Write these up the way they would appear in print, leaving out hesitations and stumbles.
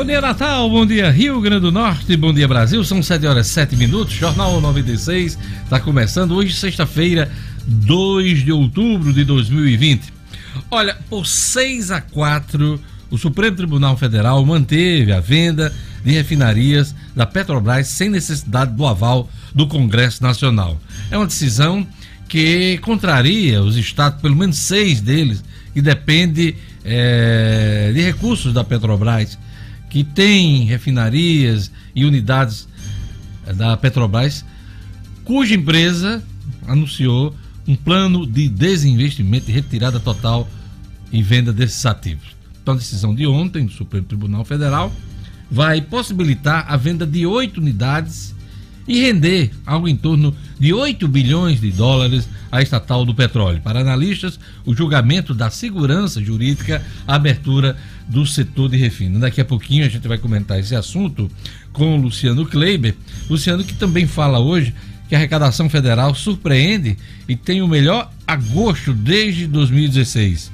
Bom dia, Natal, bom dia, Rio Grande do Norte, bom dia, Brasil. São 7h07, Jornal 96 está começando hoje, sexta-feira, 2 de outubro de 2020. Olha, por 6-4, o Supremo Tribunal Federal manteve a venda de refinarias da Petrobras sem necessidade do aval do Congresso Nacional. É uma decisão que contraria os estados, pelo menos 6 deles, que dependem de recursos da Petrobras, que tem refinarias e unidades da Petrobras, cuja empresa anunciou um plano de desinvestimento e retirada total e venda desses ativos. Então, a decisão de ontem do Supremo Tribunal Federal vai possibilitar a venda de 8 unidades e render algo em torno de 8 bilhões de dólares à estatal do petróleo. Para analistas, o julgamento da segurança jurídica, a abertura do setor de refino. Daqui a pouquinho a gente vai comentar esse assunto com o Luciano Kleiber. Luciano, que também fala hoje que a arrecadação federal surpreende e tem o melhor agosto desde 2016.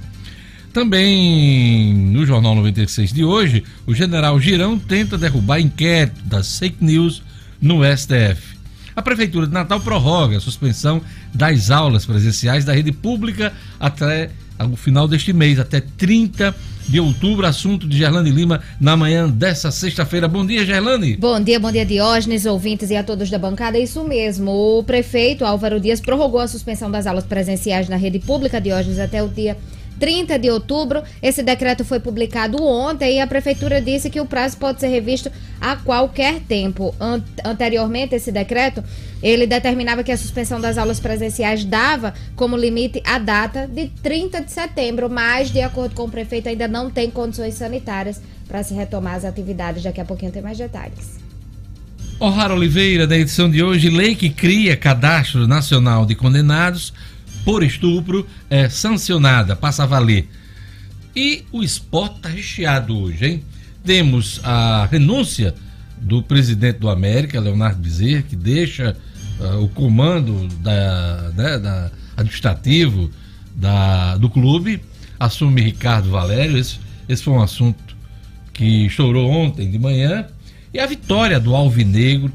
Também no Jornal 96 de hoje, o general Girão tenta derrubar inquérito das fake news no STF. A Prefeitura de Natal prorroga a suspensão das aulas presenciais da rede pública até o final deste mês, até 30 de outubro. Assunto de Gerlane Lima na manhã dessa sexta-feira. Bom dia, Gerlane. Bom dia, Diógenes, ouvintes e a todos da bancada. É isso mesmo, o prefeito Álvaro Dias prorrogou a suspensão das aulas presenciais na rede pública, Diógenes, até o dia 30 de outubro. Esse decreto foi publicado ontem e a prefeitura disse que o prazo pode ser revisto a qualquer tempo. Anteriormente, esse decreto, ele determinava que a suspensão das aulas presenciais dava como limite a data de 30 de setembro, mas, de acordo com o prefeito, ainda não tem condições sanitárias para se retomar as atividades. Daqui a pouquinho tem mais detalhes. O'Hara Oliveira, da edição de hoje, lei que cria cadastro nacional de condenados por estupro é sancionada, passa a valer. E o esporte está recheado hoje, hein? Temos a renúncia do presidente do América, Leonardo Bezerra, que deixa o comando administrativo do clube, assume Ricardo Valério. Esse foi um assunto que estourou ontem de manhã. E a vitória do Alvinegro,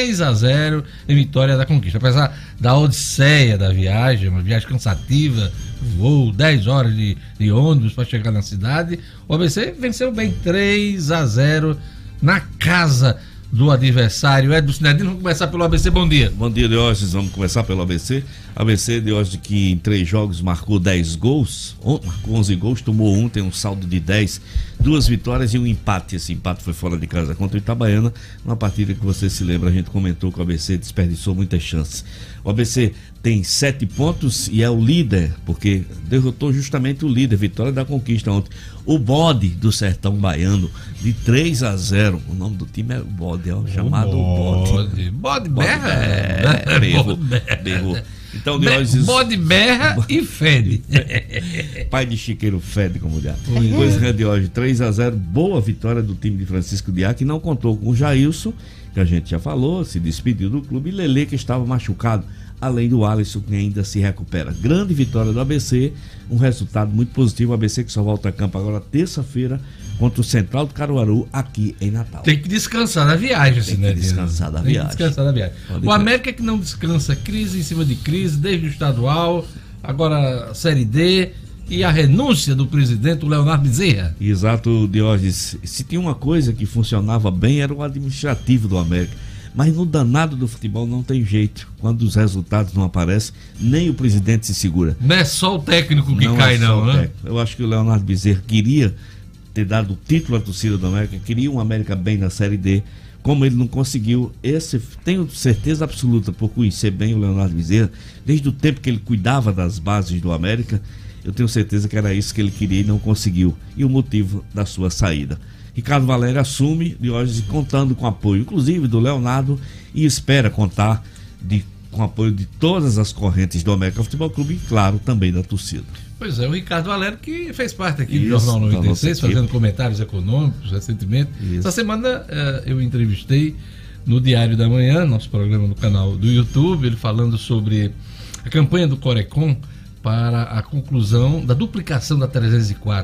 3-0 em vitória da conquista. Apesar da odisseia da viagem, uma viagem cansativa, voo 10 horas de ônibus para chegar na cidade, o ABC venceu bem, 3-0 na casa do adversário. Edson Cinedino, vamos começar pelo ABC. Bom dia. Bom dia, Diógenes. Vamos começar pelo ABC. ABC, Diógenes, que em 3 jogos marcou 10 gols, marcou 11 gols, tomou 1, tem um saldo de 10, 2 vitórias e um empate. Esse empate foi fora de casa contra o Itabaiana, uma partida que você se lembra, a gente comentou que o ABC desperdiçou muitas chances. O ABC tem 7 pontos e é o líder, porque derrotou justamente o líder, vitória da conquista ontem. O Bode do Sertão Baiano, de 3-0. O nome do time é o Bode, chamado Bode. Bode berra? Berrou. Então, Bode berra e fede. Pai de Chiqueiro fede, como diabo. Pois é, de hoje, 3-0, boa vitória do time de Francisco Diá, que não contou com o Jailson, que a gente já falou, se despediu do clube, e Lelê, que estava machucado, além do Alisson, que ainda se recupera. Grande vitória do ABC, um resultado muito positivo. O ABC que só volta a campo agora terça-feira contra o Central do Caruaru, aqui em Natal. Tem que descansar da viagem, assim, né? Tem que descansar da viagem. O América que não descansa, crise em cima de crise, desde o estadual, agora a Série D, e a renúncia do presidente, o Leonardo Bezerra. Exato, Diógenes. Se tinha uma coisa que funcionava bem, era o administrativo do América. Mas no danado do futebol não tem jeito. Quando os resultados não aparecem, nem o presidente se segura. Não é só o técnico que cai, não, né? Eu acho que o Leonardo Bezerra queria ter dado o título à torcida do América, queria um América bem na Série D. Como ele não conseguiu, tenho certeza absoluta, por conhecer bem o Leonardo Bezerra, desde o tempo que ele cuidava das bases do América, eu tenho certeza que era isso que ele queria e não conseguiu. E o motivo da sua saída. Ricardo Valério assume de hoje, contando com apoio, inclusive do Leonardo, e espera contar com apoio de todas as correntes do América Futebol Clube e, claro, também da torcida. Pois é, o Ricardo Valério, que fez parte aqui do Jornal 96, fazendo comentários econômicos recentemente. Isso. Essa semana eu entrevistei no Diário da Manhã, nosso programa no canal do YouTube, ele falando sobre a campanha do Corecon para a conclusão da duplicação da 304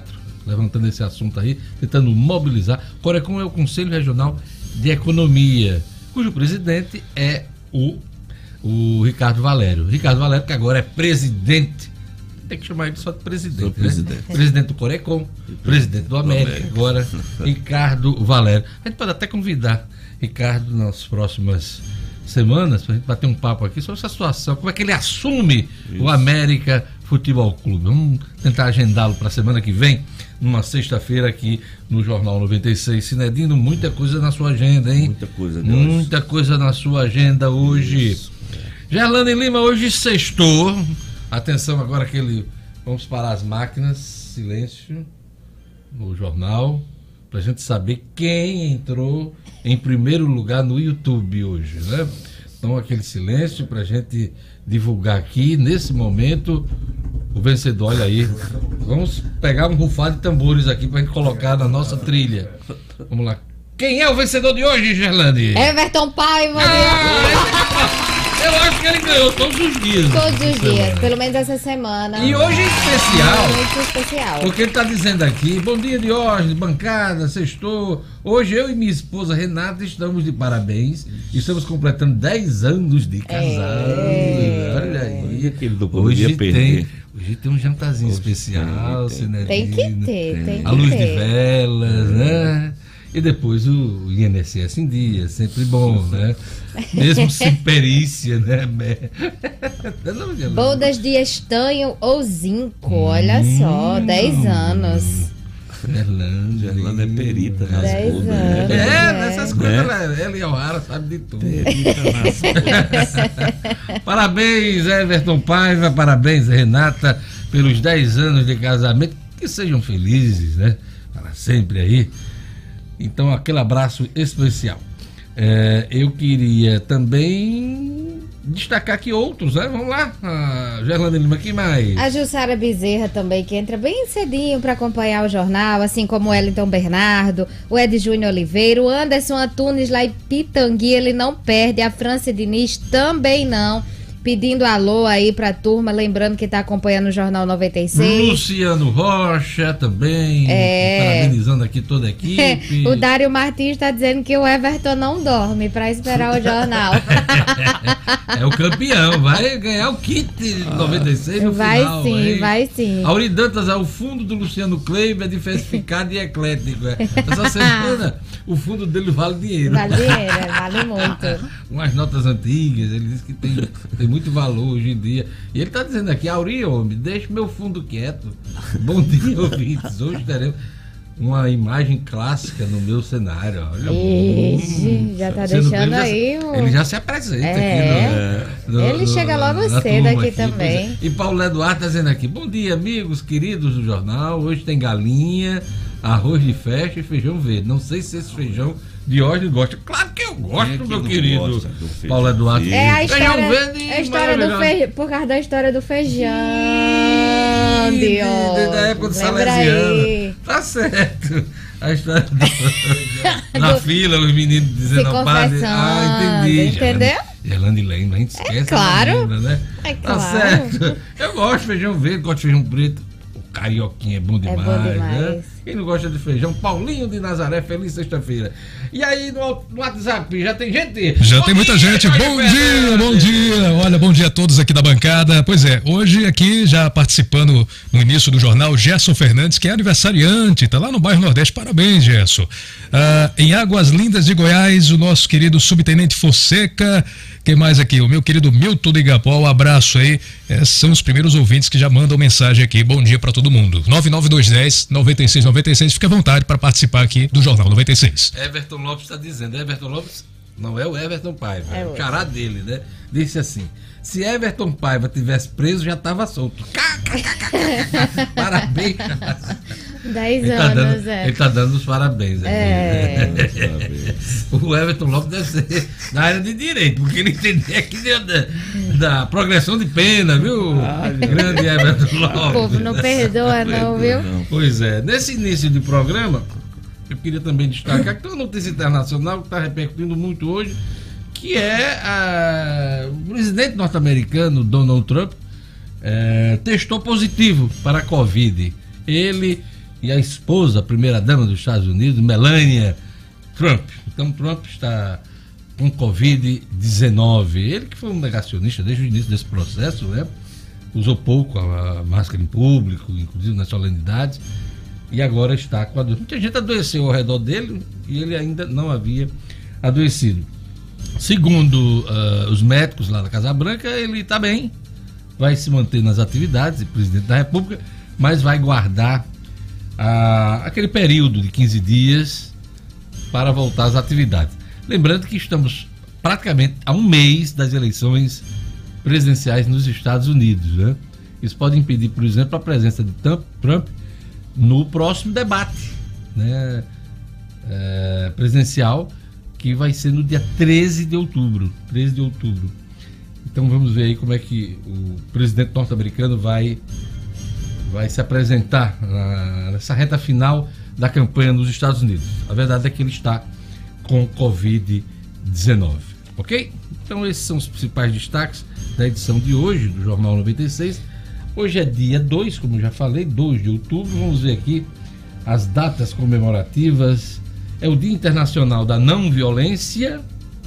levantando esse assunto aí, tentando mobilizar. O Corecon é o Conselho Regional de Economia, cujo presidente é o Ricardo Valério. Ricardo Valério, que agora é presidente, tem que chamar ele só de presidente, presidente. Presidente do Corecon, presidente do América, agora Ricardo Valério. A gente pode até convidar Ricardo nas próximas semanas para a gente bater um papo aqui sobre essa situação, como é que ele assume o América Futebol Clube. Vamos tentar agendá-lo para a semana que vem, numa sexta-feira aqui no Jornal 96. Sinedino, muita coisa na sua agenda, hein? Muita coisa, Deus. Muita coisa na sua agenda hoje. Isso. Gerlane Lima, hoje sextou. Atenção agora vamos parar as máquinas, silêncio no jornal, pra gente saber quem entrou em primeiro lugar no YouTube hoje, né? Então aquele silêncio pra gente divulgar aqui, nesse momento, o vencedor. Olha aí, vamos pegar um rufar de tambores aqui pra gente colocar na nossa trilha. Vamos lá. Quem é o vencedor de hoje, Gerlane? Everton Paiva. Eu acho que ele ganhou todos os dias. Todos os dias, pelo menos essa semana. E hoje em especial. Muito especial. Porque ele está dizendo aqui, bom dia Diógenes, bancada, sextou. Hoje eu e minha esposa Renata estamos de parabéns. Estamos completando 10 anos de casado. Olha aí. Hoje tem um jantarzinho especial. Tem que ter. A luz de velas, né? E depois o INSS em dia, sempre bom, né? Mesmo sem perícia, né? Bodas de estanho ou zinco, olha só, 10 anos. Gerlane é perita nas 10 bodas. anos. Nessas coisas ela e a O'Hara sabe de tudo. Parabéns, Everton Paiva, parabéns, Renata, pelos 10 anos de casamento. Que sejam felizes, né? Para sempre aí. Então, aquele abraço especial. Eu queria também destacar aqui outros, né? Vamos lá, Gerlane Lima, quem mais? A Jussara Bezerra também, que entra bem cedinho para acompanhar o jornal, assim como o Wellington Bernardo, o Ed Júnior Oliveira, o Anderson Antunes lá em Pitangui, ele não perde, a França Diniz também não. Pedindo alô aí pra turma, lembrando que tá acompanhando o Jornal 96. Luciano Rocha também, parabenizando aqui toda a equipe. O Dário Martins tá dizendo que o Everton não dorme pra esperar o jornal. É o campeão, vai ganhar o kit 96 no final. Vai sim. Auri Dantas, o fundo do Luciano Kleiber é diversificado e eclético. Essa semana o fundo dele vale dinheiro. Vale muito. Umas notas antigas, ele diz que tem muito valor hoje em dia. E ele está dizendo aqui, Auri, homem, deixa meu fundo quieto. Bom dia, ouvintes. Hoje teremos uma imagem clássica no meu cenário. Olha, já tá deixando aí. Ele já se apresenta aqui. Ele chega logo cedo aqui também. E Paulo Eduardo está dizendo aqui, bom dia, amigos queridos do jornal. Hoje tem galinha, arroz de festa e feijão verde. Não sei se esse feijão Diógenes gosta. Claro que eu gosto, meu querido Paulo Eduardo. É a história do feijão, por causa da história do feijão, Diógenes. Da época do Salesiano. Tá certo. A história na fila, os meninos dizendo ao padre. Entendi. Entendeu? Gerlane Lima, a gente esquece. Claro. Lembra, né? Claro. Tá certo. Eu gosto de feijão verde, gosto de feijão preto. O carioquinha é bom demais, né? Quem não gosta de feijão? Paulinho de Nazaré, feliz sexta-feira. E aí no WhatsApp, já tem gente? Já tem muita gente. Bom dia. Olha, bom dia a todos aqui da bancada. Pois é, hoje aqui já participando no início do jornal, Gerson Fernandes, que é aniversariante, tá lá no bairro Nordeste. Parabéns, Gerson. Em Águas Lindas de Goiás, o nosso querido subtenente Fonseca. Quem mais aqui? O meu querido Milton de Igapó, um abraço aí. São os primeiros ouvintes que já mandam mensagem aqui. Bom dia para todo mundo. 99210-9696. Fique à vontade para participar aqui do Jornal 96. Everton Lopes está dizendo. Everton Lopes não é o Everton Paiva, é o outro. cará dele, né? Disse assim: se Everton Paiva tivesse preso, já estava solto. Parabéns. 10 anos, Ele tá dando os parabéns. O Everton Lopes deve ser da área de direito, porque ele entende aqui da progressão de pena, viu? Grande Everton Lopes. O povo não perdoa, não, viu? Pois é, nesse início de programa, eu queria também destacar que tem uma notícia internacional que está repercutindo muito hoje, que é o presidente norte-americano, Donald Trump, testou positivo para a Covid. Ele e a esposa, a primeira-dama dos Estados Unidos, Melania Trump. Então, Trump está com Covid-19. Ele que foi um negacionista desde o início desse processo, né? Usou pouco a máscara em público, inclusive nas solenidades, e agora está com a doença. Muita gente adoeceu ao redor dele e ele ainda não havia adoecido. Segundo os médicos lá da Casa Branca, ele está bem, vai se manter nas atividades de presidente da República, mas vai guardar aquele período de 15 dias para voltar às atividades. Lembrando que estamos praticamente a um mês das eleições presidenciais nos Estados Unidos, né? Isso pode impedir, por exemplo, a presença de Trump no próximo debate, né, presidencial, que vai ser no dia 13 de outubro. Então vamos ver aí como é que o presidente norte-americano vai se apresentar nessa reta final da campanha nos Estados Unidos. A verdade é que ele está com Covid-19, ok? Então esses são os principais destaques da edição de hoje do Jornal 96. Hoje é dia 2, como já falei, 2 de outubro. Vamos ver aqui as datas comemorativas. É o Dia Internacional da Não Violência,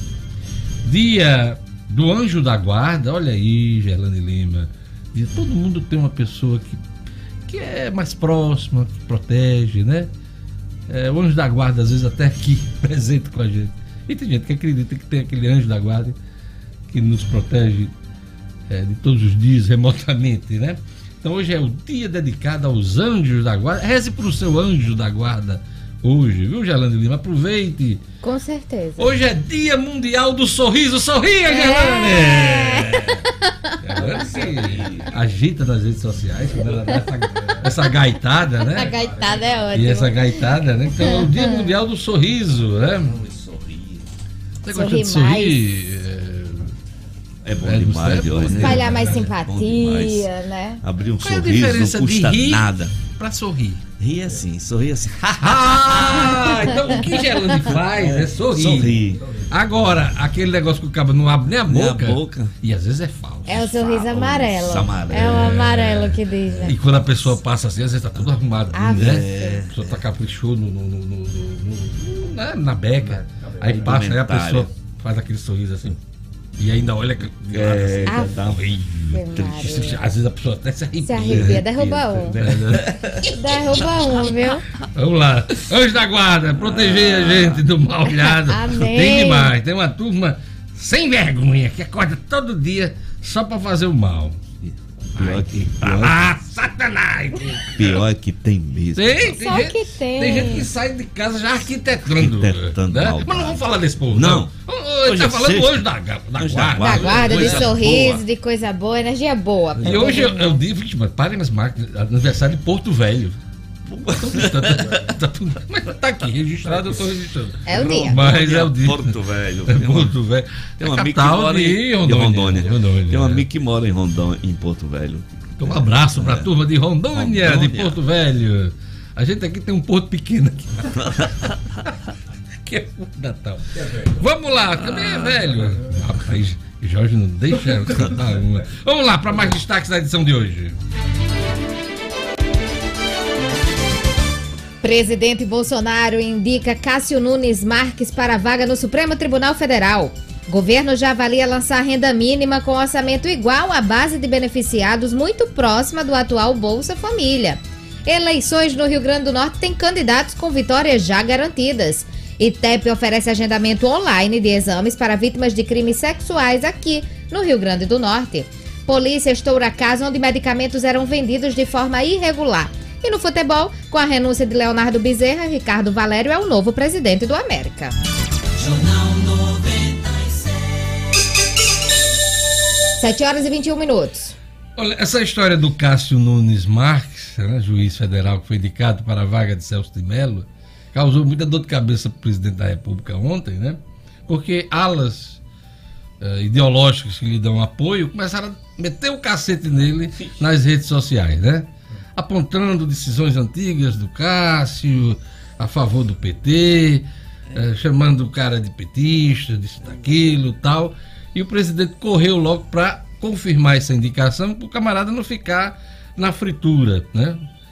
Dia do Anjo da Guarda. Olha aí, Gerlane Lima. Todo mundo tem uma pessoa que é mais próxima, que protege, né? O Anjo da Guarda, às vezes, até aqui, presente com a gente. E tem gente que acredita que tem aquele Anjo da Guarda que nos protege de todos os dias, remotamente, né? Então hoje é o dia dedicado aos anjos da guarda. Reze para o seu anjo da guarda hoje, viu, Gerlane Lima? Aproveite. Com certeza. Hoje é Dia Mundial do Sorriso. Sorria, Gerlane! Gerlane se agita nas redes sociais quando ela dá essa gaitada, né? A gaitada é ótima. E essa gaitada, né? Então é o Dia Mundial do Sorriso, né? Você gosta de sorrir? É bom demais, né? Espalhar mais simpatia, né? Abrir um sorriso não custa nada. Pra sorrir. Rir assim, sorrir assim. Então o que Gerlane faz é sorrir. Agora, aquele negócio que o cabo não abre nem a boca. E às vezes é falso. É o sorriso amarelo. É o amarelo que diz, né? E quando a pessoa passa assim, às vezes tá tudo arrumado, né? A pessoa tá caprichou na beca. Aí passa, aí a pessoa faz aquele sorriso assim. E ainda olha às vezes a pessoa até se arrepia. Derruba um. Derruba um, viu? Vamos lá. Anjo da Guarda, proteger a gente do mal olhado. Amém. Tem demais. Tem uma turma sem vergonha que acorda todo dia só pra fazer o mal. Satanás! Pior que tem mesmo. Tem gente que sai de casa já arquitetando né? Mas não vamos falar desse povo, não. Ele tá falando hoje da guarda. Da guarda, de sorriso, boa. De coisa boa, energia boa. E hoje eu digo, parem as máquinas, aniversário de Porto Velho. Mas tá aqui registrado, eu tô registrando. É o dia. Mas é o dia. Porto Velho. Porto Velho. Tem um amigo que mora em Rondônia. Tem um amigo que mora em Porto Velho. Então um abraço pra turma de Rondônia, de Porto Velho. A gente aqui tem um porto pequeno aqui. Que é o Natal. Vamos lá, também é velho. Rapaz, Jorge não deixa eu cantar uma. Vamos lá para mais destaques da edição de hoje. Presidente Bolsonaro indica Cássio Nunes Marques para a vaga no Supremo Tribunal Federal. Governo já avalia lançar renda mínima com orçamento igual à base de beneficiados muito próxima do atual Bolsa Família. Eleições no Rio Grande do Norte têm candidatos com vitórias já garantidas. ITEP oferece agendamento online de exames para vítimas de crimes sexuais aqui no Rio Grande do Norte. Polícia estoura casa onde medicamentos eram vendidos de forma irregular. E no futebol, com a renúncia de Leonardo Bezerra, Ricardo Valério é o novo presidente do América. Jornal 96. 7h21. Olha, essa história do Cássio Nunes Marques, né, juiz federal que foi indicado para a vaga de Celso de Mello, causou muita dor de cabeça para o presidente da República ontem, né? Porque alas ideológicas que lhe dão apoio começaram a meter o cacete nele nas redes sociais, né? Apontando decisões antigas do Cássio a favor do PT, chamando o cara de petista, disso, daquilo, tal. E o presidente correu logo para confirmar essa indicação para o camarada não ficar na fritura, né?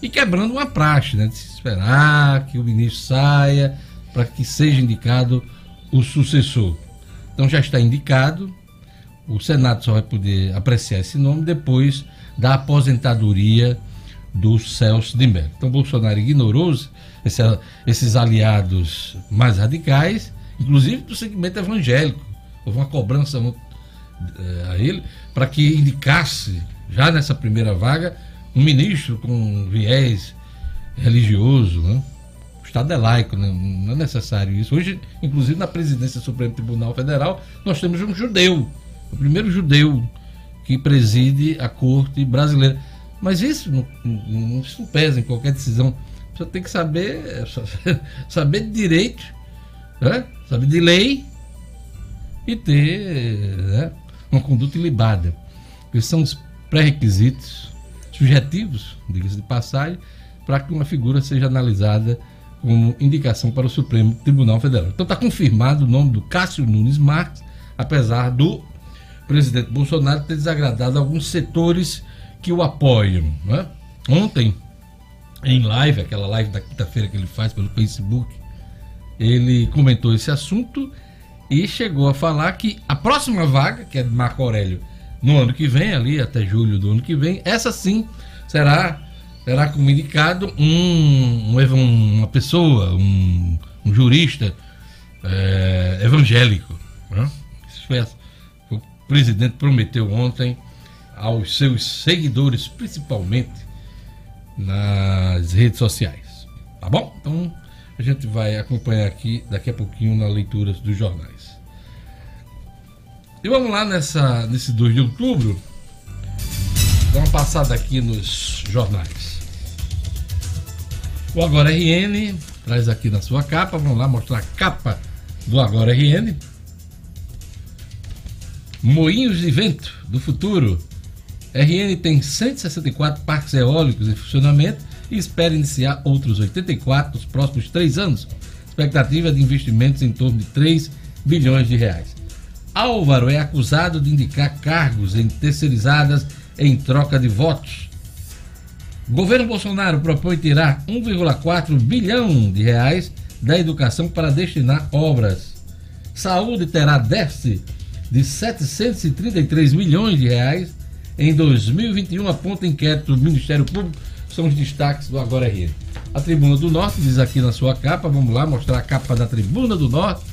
e quebrando uma praxe, né, de se esperar que o ministro saia para que seja indicado o sucessor. Então já está indicado, o Senado só vai poder apreciar esse nome depois da aposentadoria do Celso de Mello. Então Bolsonaro ignorou esses aliados mais radicais, inclusive do segmento evangélico. Houve uma cobrança a ele para que indicasse, já nessa primeira vaga, um ministro com viés religioso, né? O Estado é laico, né? Não é necessário isso. Hoje, inclusive, na presidência do Supremo Tribunal Federal, nós temos um judeu, o primeiro judeu que preside a corte brasileira. Mas isso não pesa em qualquer decisão. Você tem que saber de direito, né? Saber de lei e ter, né, uma conduta ilibada. Esses são os pré-requisitos subjetivos, diga-se de passagem, para que uma figura seja analisada como indicação para o Supremo Tribunal Federal. Então está confirmado o nome do Cássio Nunes Marques, apesar do presidente Bolsonaro ter desagradado alguns setores que o apoiam, né? Ontem, em live, aquela live da quinta-feira que ele faz pelo Facebook, ele comentou esse assunto e chegou a falar que a próxima vaga, que é de Marco Aurélio, no ano que vem, ali até julho do ano que vem, essa sim será como indicado uma pessoa, um jurista evangélico, né? Isso foi o presidente prometeu ontem aos seus seguidores, principalmente nas redes sociais. Tá bom? Então a gente vai acompanhar aqui daqui a pouquinho na leitura dos jornais. E vamos lá nesse 2 de outubro, dar uma passada aqui nos jornais. O Agora RN traz aqui na sua capa, vamos lá mostrar a capa do Agora RN. Moinhos de vento do futuro. RN tem 164 parques eólicos em funcionamento e espera iniciar outros 84 nos próximos 3 anos. Expectativa de investimentos em torno de 3 bilhões de reais. Álvaro é acusado de indicar cargos em terceirizadas em troca de votos. Governo Bolsonaro propõe tirar 1,4 bilhão de reais da educação para destinar obras. Saúde terá déficit de 733 milhões de reais em 2021, aponta inquérito do Ministério Público. São os destaques do Agora RN. A Tribuna do Norte diz aqui na sua capa, vamos lá mostrar a capa da Tribuna do Norte.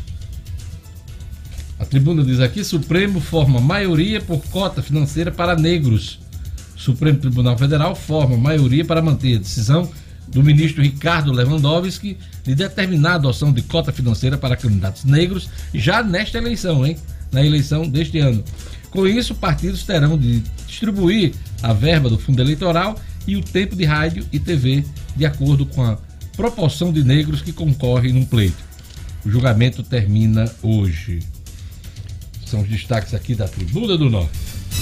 A Tribuna diz aqui: Supremo forma maioria por cota financeira para negros. Supremo Tribunal Federal forma maioria para manter a decisão do ministro Ricardo Lewandowski de determinar a adoção de cota financeira para candidatos negros já nesta eleição, na eleição deste ano. Com isso, partidos terão de distribuir a verba do fundo eleitoral e o tempo de rádio e TV de acordo com a proporção de negros que concorrem num pleito. O julgamento termina hoje. São os destaques aqui da Tribuna do Norte.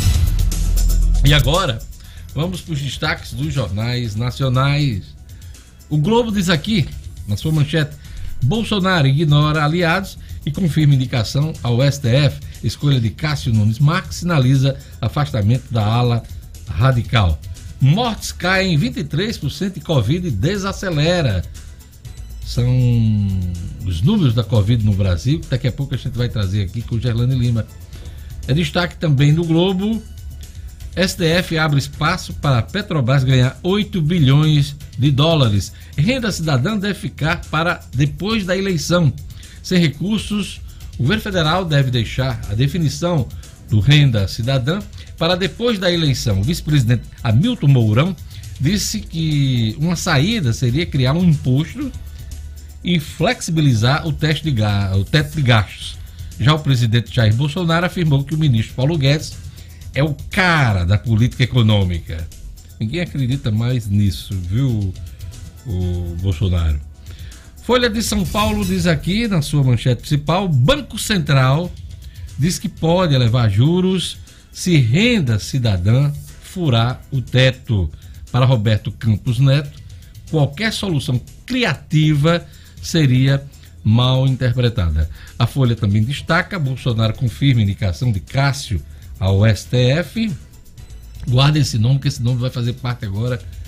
E agora, vamos para os destaques dos jornais nacionais. O Globo diz aqui, na sua manchete: Bolsonaro ignora aliados e confirma indicação ao STF. Escolha de Cássio Nunes Marques sinaliza afastamento da ala radical. Mortes caem 23% e Covid desacelera. São os números da Covid no Brasil, que daqui a pouco a gente vai trazer aqui com o Gerlane Lima. É destaque também do Globo: STF abre espaço para a Petrobras ganhar 8 bilhões de dólares. Renda cidadã deve ficar para depois da eleição. Sem recursos, o governo federal deve deixar a definição do Renda Cidadã para depois da eleição. O vice-presidente Hamilton Mourão disse que uma saída seria criar um imposto e flexibilizar o teto de gastos. Já o presidente Jair Bolsonaro afirmou que o ministro Paulo Guedes é o cara da política econômica. Ninguém acredita mais nisso, viu, o Bolsonaro? Folha de São Paulo diz aqui, na sua manchete principal: Banco Central diz que pode elevar juros se Renda Cidadã furar o teto. Para Roberto Campos Neto, qualquer solução criativa seria mal interpretada. A Folha também destaca: Bolsonaro confirma a indicação de Cássio ao STF. Guarda esse nome, que esse nome vai fazer parte agora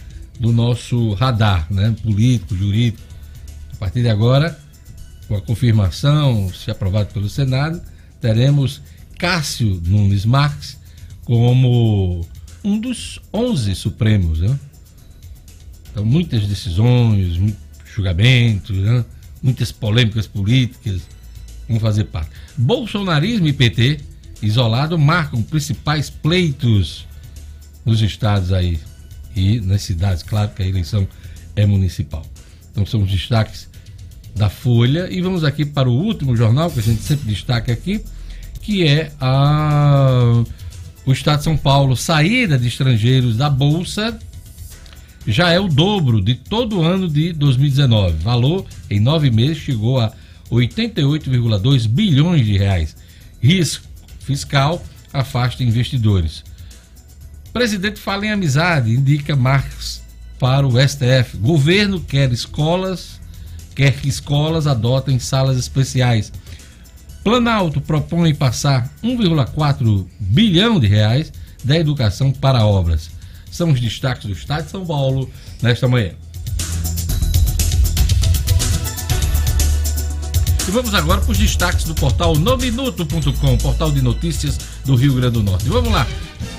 do nosso radar, né? Político, jurídico. A partir de agora, com a confirmação, se aprovado pelo Senado, teremos Cássio Nunes Marques como um dos 11 Supremos, né? Então, muitas decisões, muitos julgamentos, né? Muitas polêmicas políticas vão fazer parte. Bolsonarismo e PT, isolado, marcam principais pleitos nos estados aí e nas cidades. Claro que a eleição é municipal. Então, são os destaques da Folha. E vamos aqui para o último jornal que a gente sempre destaca aqui, que é o Estado de São Paulo. Saída de estrangeiros da Bolsa já é o dobro de todo o ano de 2019. Valor em 9 meses chegou a 88,2 bilhões de reais. Risco fiscal afasta investidores. Presidente fala em amizade, indica marcas para o STF. Governo quer que escolas adotem salas especiais. Planalto propõe passar 1,4 bilhão de reais da educação para obras. São os destaques do Estado de São Paulo nesta manhã. E vamos agora para os destaques do portal nominuto.com, portal de notícias do Rio Grande do Norte. Vamos lá.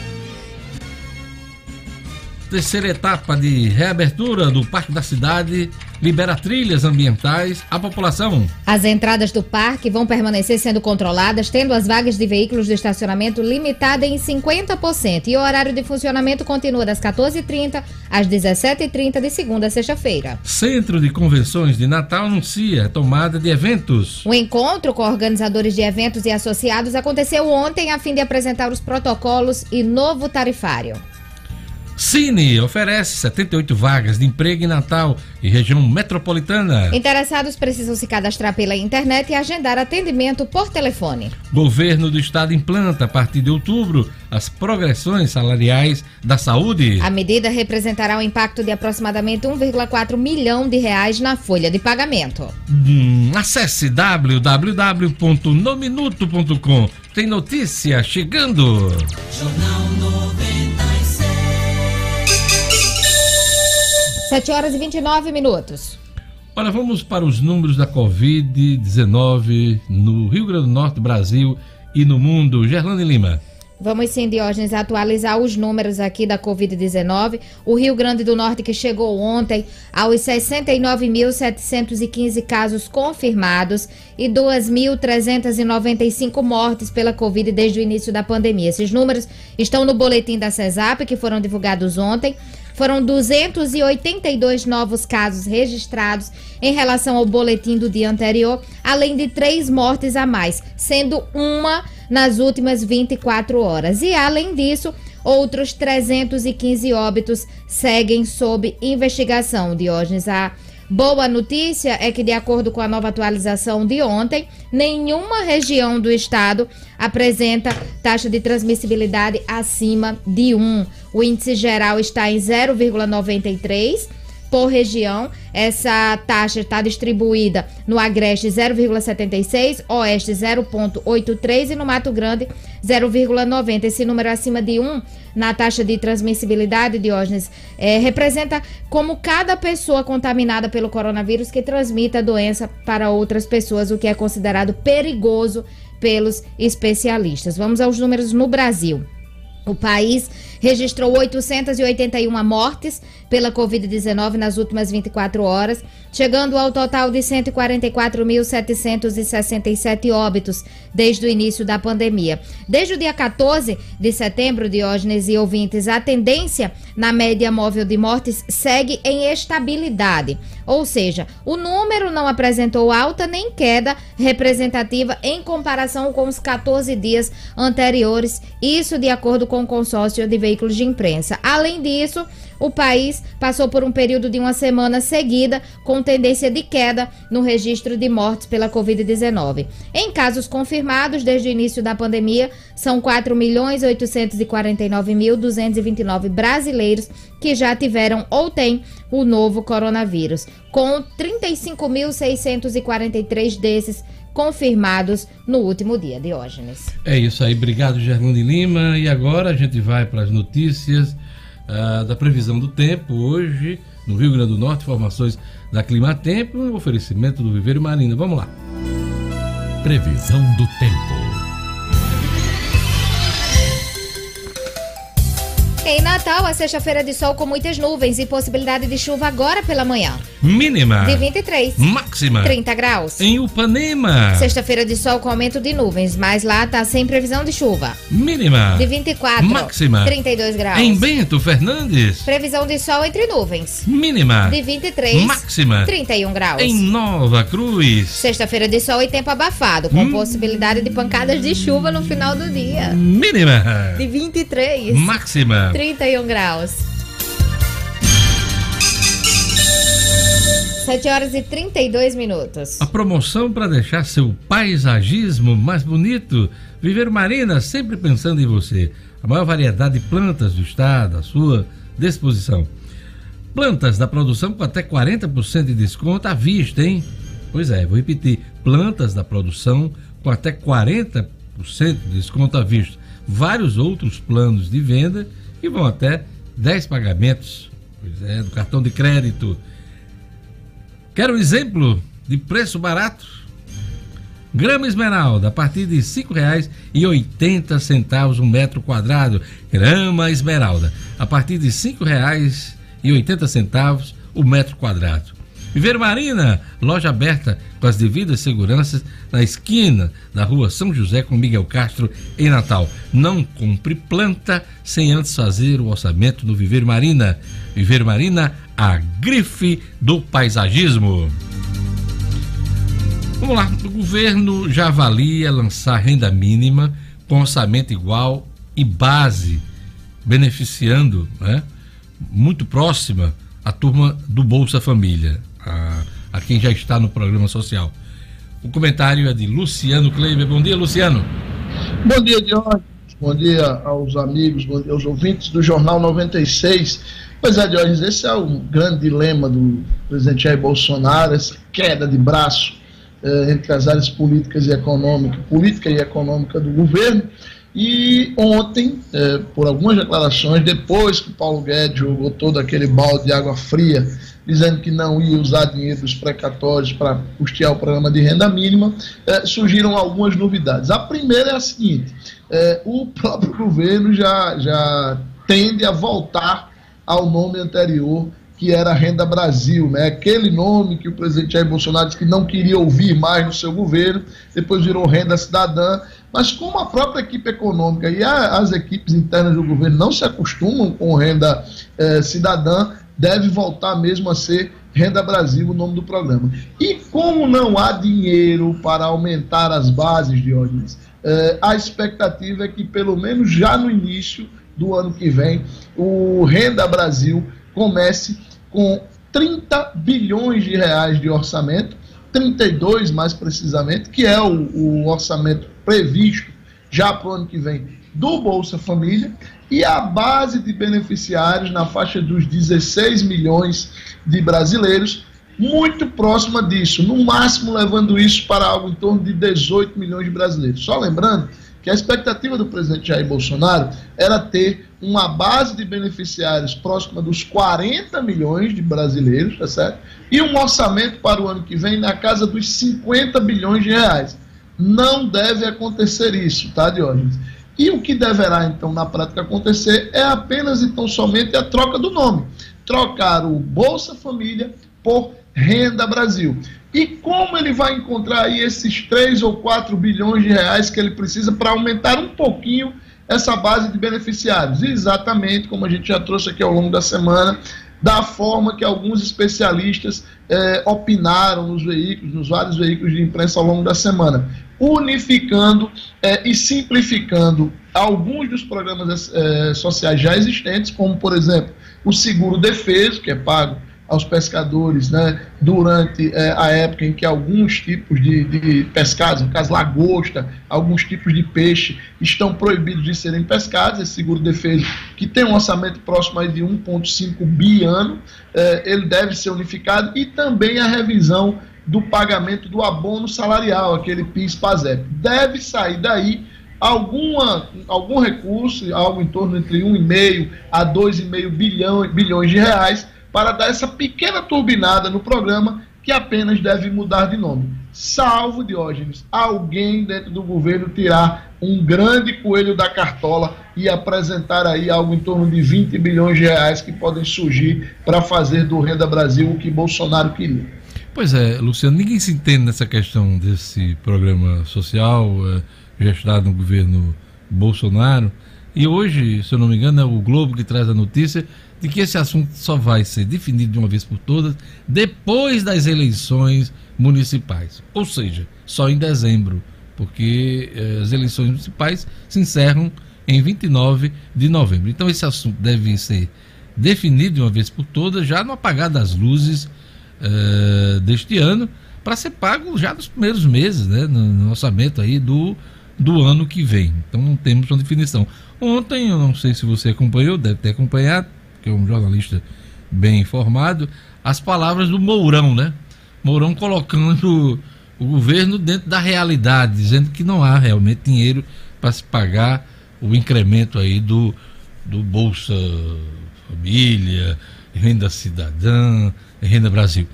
Terceira etapa de reabertura do Parque da Cidade libera trilhas ambientais à população. As entradas do parque vão permanecer sendo controladas, tendo as vagas de veículos de estacionamento limitada em 50%. E o horário de funcionamento continua das 14h30 às 17h30 de segunda a sexta-feira. Centro de Convenções de Natal anuncia tomada de eventos. O encontro com organizadores de eventos e associados aconteceu ontem a fim de apresentar os protocolos e novo tarifário. Cine oferece 78 vagas de emprego em Natal e região metropolitana. Interessados precisam se cadastrar pela internet e agendar atendimento por telefone. Governo do Estado implanta, a partir de outubro, as progressões salariais da saúde. A medida representará um impacto de aproximadamente 1,4 milhão de reais na folha de pagamento. Acesse www.nominuto.com. Tem notícia chegando. Jornal 96. 7h29. Olha, vamos para os números da Covid-19 no Rio Grande do Norte, Brasil e no mundo. Gerlane Lima. Vamos sim, Diógenes, atualizar os números aqui da Covid-19. O Rio Grande do Norte, que chegou ontem aos 69.715 casos confirmados e 2.395 mortes pela Covid desde o início da pandemia. Esses números estão no boletim da CESAP, que foram divulgados ontem. Foram 282 novos casos registrados em relação ao boletim do dia anterior, além de 3 mortes a mais, sendo uma nas últimas 24 horas. E, além disso, outros 315 óbitos seguem sob investigação. Diógenes, a boa notícia é que, de acordo com a nova atualização de ontem, nenhuma região do estado apresenta taxa de transmissibilidade acima de 1. O índice geral está em 0,93 por região. Essa taxa está distribuída no Agreste 0,76, Oeste 0,83 e no Mato Grande 0,90. Esse número acima de 1 na taxa de transmissibilidade, Diógenes, representa como cada pessoa contaminada pelo coronavírus que transmite a doença para outras pessoas, o que é considerado perigoso pelos especialistas. Vamos aos números no Brasil. O país registrou 881 mortes pela Covid-19 nas últimas 24 horas, chegando ao total de 144.767 óbitos desde o início da pandemia. Desde o dia 14 de setembro, Diógenes e ouvintes, a tendência na média móvel de mortes segue em estabilidade, ou seja, o número não apresentou alta nem queda representativa em comparação com os 14 dias anteriores, isso de acordo com o consórcio de veículos de imprensa. Além disso, o país passou por um período de uma semana seguida com tendência de queda no registro de mortes pela Covid-19. Em casos confirmados desde o início da pandemia, são 4.849.229 brasileiros que já tiveram ou têm o novo coronavírus, com 35.643 desses confirmados no último dia, Diógenes. É isso aí, obrigado, Gerlane Lima. E agora a gente vai para as notícias da previsão do tempo hoje no Rio Grande do Norte, informações da Climatempo, um oferecimento do Viveiro Marina. Vamos lá. Previsão do tempo. Em Natal, a sexta-feira de sol com muitas nuvens e possibilidade de chuva agora pela manhã. Mínima De 23. máxima 30 graus. em Upanema. Sexta-feira de sol com aumento de nuvens, mas lá tá sem previsão de chuva. Mínima De 24. máxima 32 graus. em Bento Fernandes. Previsão de sol entre nuvens. Mínima De 23. máxima 31 graus. em Nova Cruz. Sexta-feira de sol e tempo abafado, com possibilidade de pancadas de chuva no final do dia. Mínima De 23. máxima 31 graus. 7 horas e 32 minutos. A promoção para deixar seu paisagismo mais bonito. Viveiro Marina, sempre pensando em você. A maior variedade de plantas do estado à sua disposição. Plantas da produção com até 40% de desconto à vista, hein? Pois é, vou repetir. Plantas da produção com até 40% de desconto à vista. Vários outros planos de venda e vão até 10 pagamentos, pois é, do cartão de crédito. Quer um exemplo de preço barato? Grama esmeralda, a partir de R$ 5,80 um metro quadrado. Grama esmeralda, a partir de R$ 5,80 o metro quadrado. Viveiro Marina, loja aberta com as devidas seguranças na esquina da rua São José com Miguel Castro, em Natal. Não compre planta sem antes fazer o orçamento no Viveiro Marina. Viveiro Marina, a grife do paisagismo. Vamos lá, o governo já avalia lançar renda mínima com orçamento igual e base, beneficiando, né, muito próxima a turma do Bolsa Família. A quem já está no programa social. O comentário é de Luciano Kleiber. Bom dia, Luciano. Bom dia, Diógenes. Bom dia aos amigos, bom dia aos ouvintes do Jornal 96. Pois é, Diógenes, esse é o grande dilema do presidente Jair Bolsonaro, essa queda de braço entre as áreas política e econômica do governo. E ontem, por algumas declarações, depois que o Paulo Guedes jogou todo aquele balde de água fria, dizendo que não ia usar dinheiro dos precatórios para custear o programa de renda mínima, surgiram algumas novidades. A primeira é a seguinte: o próprio governo já tende a voltar ao nome anterior, que era Renda Brasil, né? Aquele nome que o presidente Jair Bolsonaro disse que não queria ouvir mais no seu governo, depois virou Renda Cidadã. Mas como a própria equipe econômica e as equipes internas do governo não se acostumam com Renda Cidadã, deve voltar mesmo a ser Renda Brasil o nome do programa. E como não há dinheiro para aumentar as bases, Diógenes, a expectativa é que pelo menos já no início do ano que vem, o Renda Brasil comece com 30 bilhões de reais de orçamento, 32 mais precisamente, que é o orçamento previsto já para o ano que vem do Bolsa Família, e a base de beneficiários na faixa dos 16 milhões de brasileiros, muito próxima disso, no máximo levando isso para algo em torno de 18 milhões de brasileiros. Só lembrando que a expectativa do presidente Jair Bolsonaro era ter uma base de beneficiários próxima dos 40 milhões de brasileiros, tá certo? E um orçamento para o ano que vem na casa dos 50 bilhões de reais. Não deve acontecer isso, tá, Diógenes? E o que deverá, então, na prática acontecer é apenas, então, somente a troca do nome. Trocar o Bolsa Família por Renda Brasil. E como ele vai encontrar aí esses 3 ou 4 bilhões de reais que ele precisa para aumentar um pouquinho essa base de beneficiários? Exatamente como a gente já trouxe aqui ao longo da semana, da forma que alguns especialistas opinaram nos veículos, nos vários veículos de imprensa ao longo da semana, unificando e simplificando alguns dos programas sociais já existentes, como, por exemplo, o seguro defeso, que é pago aos pescadores, né, durante a época em que alguns tipos de pescados, no caso lagosta, alguns tipos de peixe estão proibidos de serem pescados. Esse seguro defeso, que tem um orçamento próximo aí de 1,5 bi ano, ele deve ser unificado, e também a revisão do pagamento do abono salarial, aquele PIS-PASEP. Deve sair daí algum recurso, algo em torno entre 1,5 a 2,5 bilhões de reais, para dar essa pequena turbinada no programa, que apenas deve mudar de nome. Salvo, Diógenes, alguém dentro do governo tirar um grande coelho da cartola e apresentar aí algo em torno de 20 bilhões de reais que podem surgir para fazer do Renda Brasil o que Bolsonaro queria. Pois é, Luciano, ninguém se entende nessa questão desse programa social gestado no governo Bolsonaro. E hoje, se eu não me engano, é o Globo que traz a notícia de que esse assunto só vai ser definido de uma vez por todas depois das eleições municipais. Ou seja, só em dezembro, porque as eleições municipais se encerram em 29 de novembro. Então esse assunto deve ser definido de uma vez por todas, já no apagar das luzes deste ano, para ser pago já nos primeiros meses, né, no orçamento aí do ano que vem. Então não temos uma definição. Ontem, eu não sei se você acompanhou, deve ter acompanhado, que é um jornalista bem informado, as palavras do Mourão, né? Mourão colocando o governo dentro da realidade, dizendo que não há realmente dinheiro para se pagar o incremento aí do Bolsa Família, Renda Cidadã, Renda Brasil.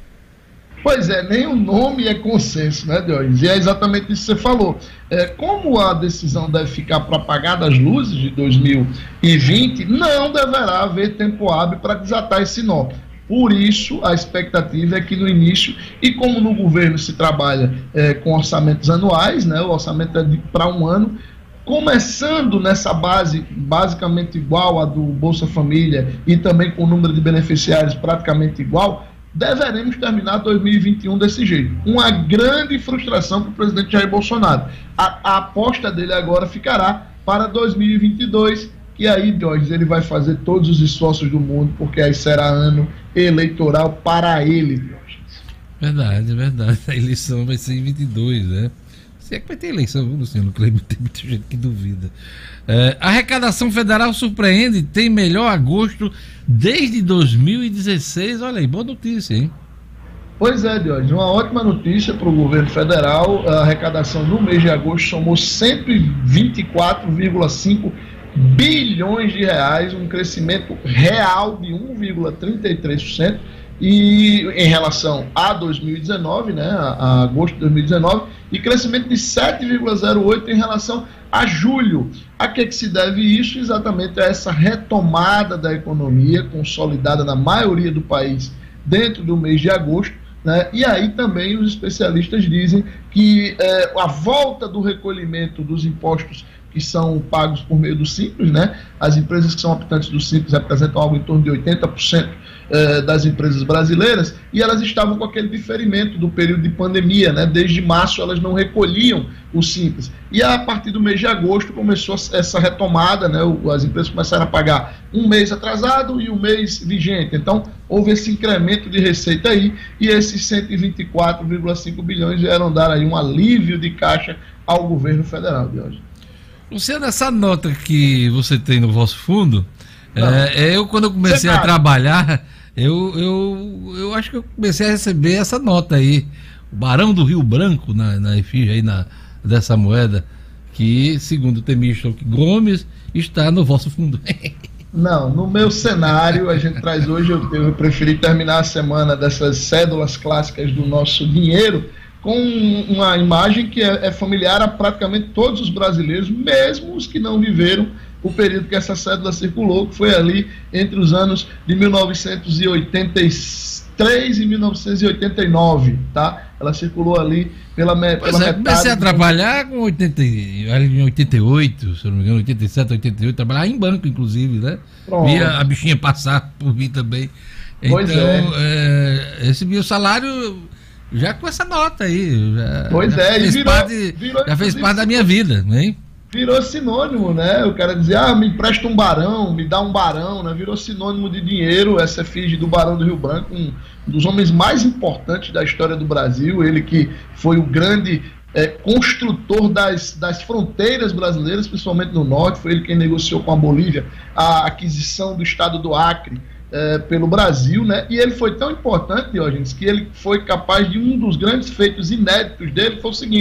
Pois é, nem o nome é consenso, né, Diógenes? E é exatamente isso que você falou. Como a decisão deve ficar para apagar das luzes de 2020, não deverá haver tempo hábil para desatar esse nó. Por isso, a expectativa é que no início, e como no governo se trabalha com orçamentos anuais, né, o orçamento é para um ano, começando nessa base basicamente igual à do Bolsa Família e também com o número de beneficiários praticamente igual, deveremos terminar 2021 desse jeito. Uma grande frustração para o presidente Jair Bolsonaro. A aposta dele agora ficará para 2022, e aí, Diógenes, ele vai fazer todos os esforços do mundo, porque aí será ano eleitoral para ele, Diógenes. Verdade. A eleição vai ser em 22, né? Se é que vai ter eleição, viu, Luciano? Tem muita gente que duvida. A arrecadação federal surpreende, tem melhor agosto desde 2016. Olha aí, boa notícia, hein? Pois é, Diógenes, uma ótima notícia para o governo federal. A arrecadação no mês de agosto somou 124,5 bilhões de reais, um crescimento real de 1,33%. E em relação a 2019, né, a agosto de 2019, e crescimento de 7,08% em relação a julho. A que se deve isso? Exatamente a essa retomada da economia consolidada na maioria do país dentro do mês de agosto, né? E aí também os especialistas dizem que a volta do recolhimento dos impostos que são pagos por meio do Simples, né? As empresas que são optantes do Simples representam algo em torno de 80% das empresas brasileiras, e elas estavam com aquele diferimento do período de pandemia, né? Desde março elas não recolhiam o Simples, e a partir do mês de agosto começou essa retomada, né? As empresas começaram a pagar um mês atrasado e um mês vigente, então houve esse incremento de receita aí, e esses 124,5 bilhões vieram dar aí um alívio de caixa ao governo federal de hoje. Luciano, essa nota que você tem no vosso fundo, quando eu comecei a trabalhar, eu acho que eu comecei a receber essa nota aí, o Barão do Rio Branco, na efígie aí dessa moeda, que, segundo o Temístocles Gomes, está no vosso fundo. Não, no meu cenário, a gente traz hoje, eu preferi terminar a semana dessas cédulas clássicas do nosso dinheiro, com uma imagem que é familiar a praticamente todos os brasileiros, mesmo os que não viveram o período que essa cédula circulou, que foi ali entre os anos de 1983 e 1989, tá? Ela circulou ali pela metade. Comecei a trabalhar em 88, se eu não me engano, 87, 88, trabalhar em banco, inclusive, né? Pronto. Via a bichinha passar por mim também. Pois então, recebi o salário já com essa nota aí. Já fez parte da minha vida, né? Virou sinônimo, né? O cara dizia, me empresta um barão, me dá um barão, né? Virou sinônimo de dinheiro, essa efígie do Barão do Rio Branco, um dos homens mais importantes da história do Brasil, ele que foi o grande construtor das fronteiras brasileiras, principalmente no norte, foi ele quem negociou com a Bolívia a aquisição do estado do Acre pelo Brasil, né? E ele foi tão importante, Diógenes, que ele foi capaz de um dos grandes feitos inéditos dele, foi o seguinte: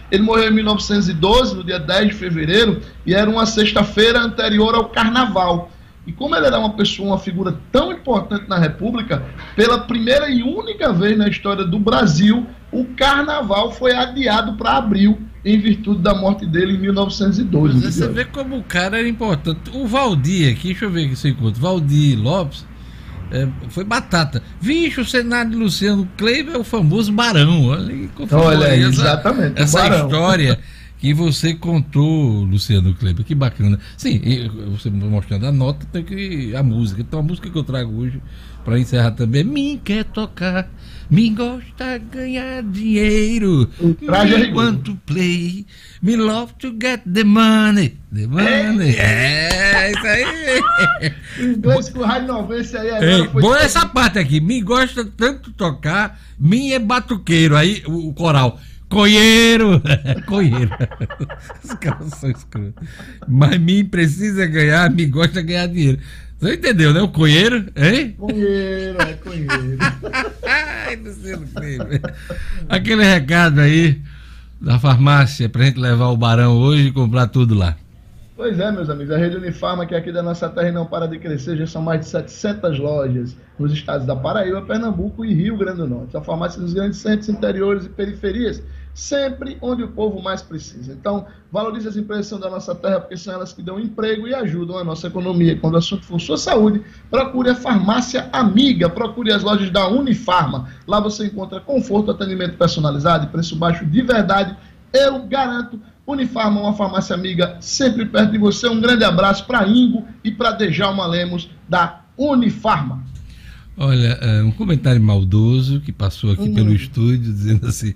Ele morreu em 1912, no dia 10 de fevereiro, e era uma sexta-feira anterior ao Carnaval. E como ele era uma figura tão importante na República, pela primeira e única vez na história do Brasil, o Carnaval foi adiado para abril, em virtude da morte dele em 1912. Mas você vê como o cara era importante. O Valdir aqui, deixa eu ver aqui se eu encontro, Valdir Lopes, foi batata. Vixe, o cenário de Luciano Kleber é o famoso Barão. Olha aí, exatamente. Essa história que você contou, Luciano Kleber, que bacana. Sim, você mostrando a nota, tem que a música. Então a música que eu trago hoje para encerrar também é Me Quer Tocar, Me Gosta Ganhar Dinheiro, Me Want to Play, Me Love to Get the Money. The Money. Isso aí. Inglês com o rádio novense aí. Boa essa parte aqui. Me gosta tanto tocar, me é batuqueiro. Aí o coral. Conheiro! Conheiro. Os caras são escrotos. Mas mim precisa ganhar, me gosta de ganhar dinheiro. Você entendeu, né? O conheiro, hein? Conheiro, conheiro. Ai, Luciano Kleber. Aquele recado aí da farmácia pra gente levar o Barão hoje e comprar tudo lá. Pois é, meus amigos, a rede Unifarma, que é aqui da nossa terra e não para de crescer, já são mais de 700 lojas nos estados da Paraíba, Pernambuco e Rio Grande do Norte. A farmácia dos grandes centros, interiores e periferias, sempre onde o povo mais precisa. Então, valorize as empresas que são da nossa terra, porque são elas que dão emprego e ajudam a nossa economia. Quando o assunto for sua saúde, procure a farmácia amiga, procure as lojas da Unifarma. Lá você encontra conforto, atendimento personalizado e preço baixo de verdade. Eu garanto. Unifarma, uma farmácia amiga, sempre perto de você. Um grande abraço para Ingo e para Djalma Lemos, da Unifarma. Olha, um comentário maldoso que passou aqui pelo estúdio, dizendo assim,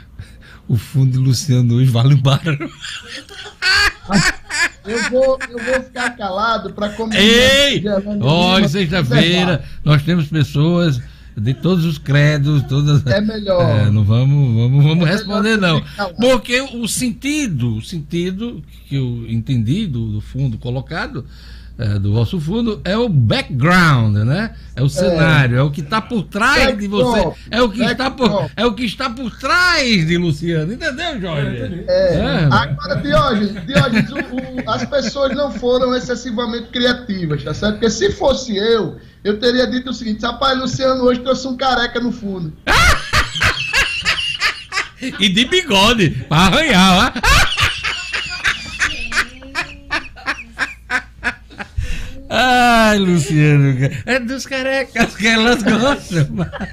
o fundo de Luciano hoje vale um barão. Eu vou ficar calado para comentar. Ei! Olha, sexta-feira, nós temos pessoas de todos os credos, todas. É melhor. Não vamos responder, não. Porque o sentido que eu entendi do fundo colocado, do vosso fundo, é o background, né? É o cenário, é o que está por trás de você. É o que está por trás de Luciano. Entendeu, Jorge? Agora, Diógenes, as pessoas não foram excessivamente criativas, tá certo? Porque se fosse eu teria dito o seguinte: rapaz, Luciano hoje trouxe um careca no fundo. E de bigode, pra arranhar, ó. Ai, Luciano, é dos carecas que elas gostam.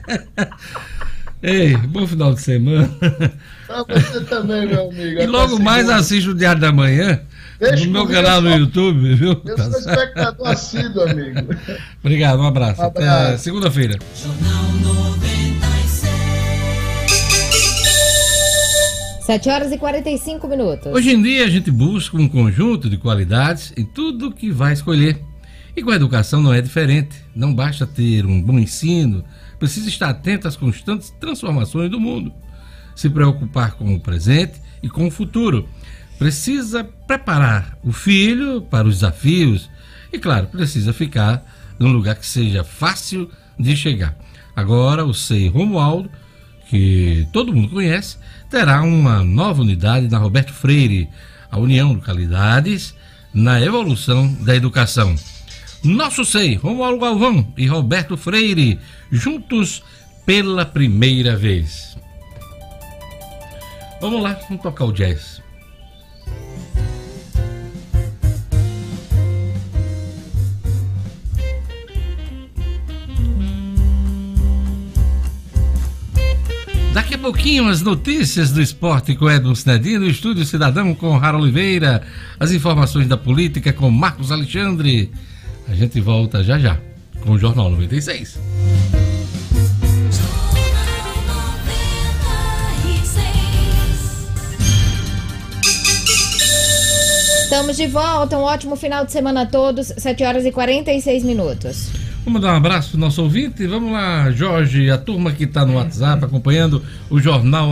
Ei, bom final de semana. Pra você também, meu amigo. E logo mais assiste o Diário da Manhã. No meu canal no YouTube, viu? Eu sou espectador assíduo, amigo. Obrigado, um abraço. Até segunda-feira. Jornal 96. 7h45. Hoje em dia a gente busca um conjunto de qualidades em tudo que vai escolher. E com a educação não é diferente. Não basta ter um bom ensino, precisa estar atento às constantes transformações do mundo. Se preocupar com o presente e com o futuro. Precisa preparar o filho para os desafios e, claro, precisa ficar num lugar que seja fácil de chegar. Agora, o SEI Romualdo, que todo mundo conhece, terá uma nova unidade na Roberto Freire, a União de Localidades na evolução da educação. Nosso SEI, Romualdo Galvão e Roberto Freire, juntos pela primeira vez. Vamos lá, vamos tocar o jazz. Daqui a pouquinho as notícias do esporte com Edson Cinedino, o Estúdio Cidadão com Rara Oliveira, as informações da política com Marcos Alexandre. A gente volta já já com o Jornal 96. Estamos de volta, um ótimo final de semana a todos, 7h46. Vamos dar um abraço pro nosso ouvinte. Vamos lá, Jorge, a turma que está no WhatsApp acompanhando o Jornal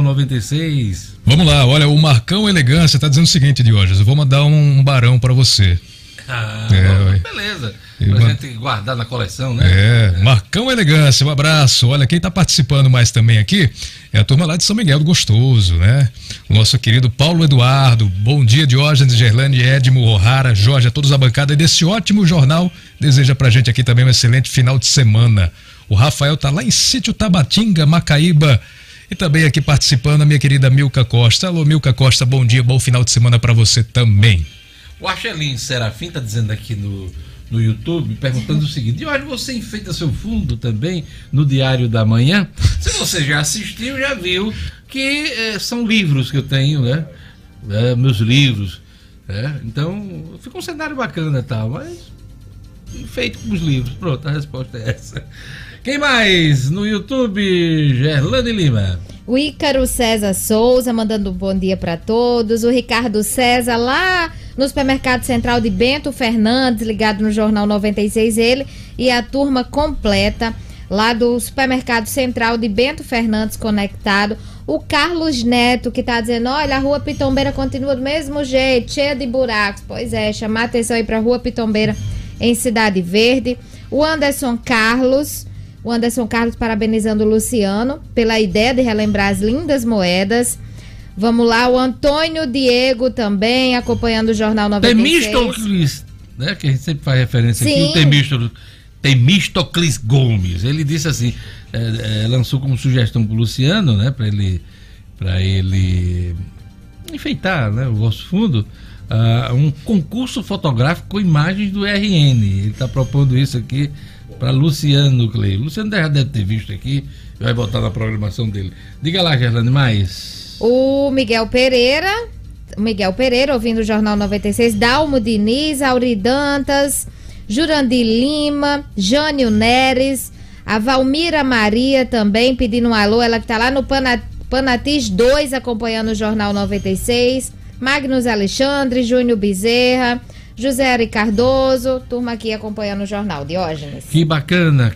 96. Vamos lá, olha, o Marcão Elegância está dizendo o seguinte, Diógenes, eu vou mandar um barão para você. Beleza. Pra gente guardar na coleção, né? Marcão Elegância, um abraço. Olha, quem tá participando mais também aqui é a turma lá de São Miguel do Gostoso, né? O nosso querido Paulo Eduardo. Bom dia, Diógenes, Gerlane, Edmo, O'Hara, Jorge, a todos da bancada desse ótimo jornal. Deseja pra gente aqui também um excelente final de semana. O Rafael tá lá em Sítio Tabatinga, Macaíba. E também aqui participando a minha querida Milka Costa. Alô, Milka Costa, bom dia, bom final de semana pra você também. O Arcelin Serafim tá dizendo aqui no YouTube, perguntando o seguinte: olha, você enfeita seu fundo também no Diário da Manhã? Se você já assistiu, já viu que são livros que eu tenho, né? Meus livros. Então, fica um cenário bacana e tal, mas enfeito com os livros. Pronto, a resposta é essa. Quem mais? No YouTube, Gerlane Lima. O Ícaro César Souza mandando um bom dia para todos. O Ricardo César lá no Supermercado Central de Bento Fernandes, ligado no Jornal 96, ele e a turma completa lá do Supermercado Central de Bento Fernandes conectado. O Carlos Neto que tá dizendo, olha, a Rua Pitombeira continua do mesmo jeito, cheia de buracos. Pois é, chamar atenção aí pra Rua Pitombeira em Cidade Verde. O Anderson Carlos parabenizando o Luciano pela ideia de relembrar as lindas moedas. Vamos lá, o Antônio Diego também acompanhando o Jornal 96. Temístocles, né, que a gente sempre faz referência aqui, o Temístocles Gomes. Ele disse assim, lançou como sugestão pro Luciano, né, para ele enfeitar, né, o vosso fundo, um concurso fotográfico com imagens do RN. Ele está propondo isso aqui para Luciano Clay. Luciano já deve ter visto aqui, vai botar na programação dele. Diga lá, Gerlane, mais. O Miguel Pereira, ouvindo o Jornal 96, Dalmo Diniz, Auri Dantas, Jurandir Lima, Jânio Neres, a Valmira Maria também pedindo um alô, ela que tá lá no Panatis 2 acompanhando o Jornal 96, Magnus Alexandre, Júnior Bezerra, José Ari Cardoso, turma aqui acompanhando o Jornal, Diógenes. Que bacana.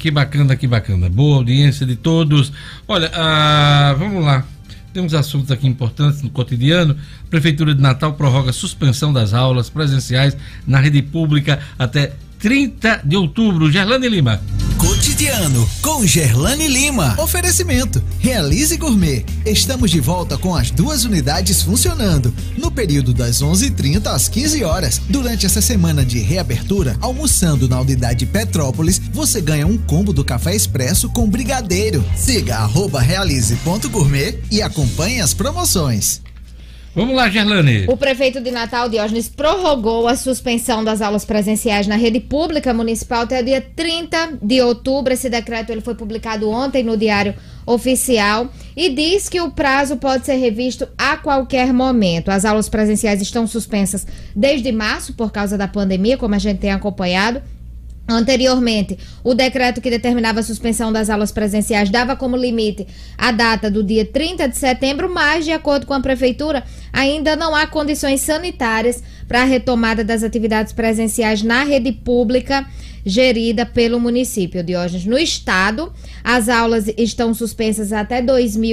Boa audiência de todos. Olha, vamos lá. Temos assuntos aqui importantes no cotidiano. A Prefeitura de Natal prorroga suspensão das aulas presenciais na rede pública até 30 de outubro. Gerlane Lima. Cotidiano com Gerlane Lima. Oferecimento Realize Gourmet. Estamos de volta com as 2 unidades funcionando no período das 11h30 às 15 horas. Durante essa semana de reabertura, almoçando na unidade Petrópolis, você ganha um combo do café expresso com brigadeiro. Siga @realize.gourmet e acompanhe as promoções. Vamos lá, Gerlane. O prefeito de Natal, Diógenes, prorrogou a suspensão das aulas presenciais na rede pública municipal até o dia 30 de outubro. Esse decreto ele foi publicado ontem no Diário Oficial e diz que o prazo pode ser revisto a qualquer momento. As aulas presenciais estão suspensas desde março por causa da pandemia, como a gente tem acompanhado. Anteriormente, o decreto que determinava a suspensão das aulas presenciais dava como limite a data do dia 30 de setembro, mas, de acordo com a Prefeitura, ainda não há condições sanitárias para a retomada das atividades presenciais na rede pública gerida pelo município. Diógenes, no estado, as aulas estão suspensas até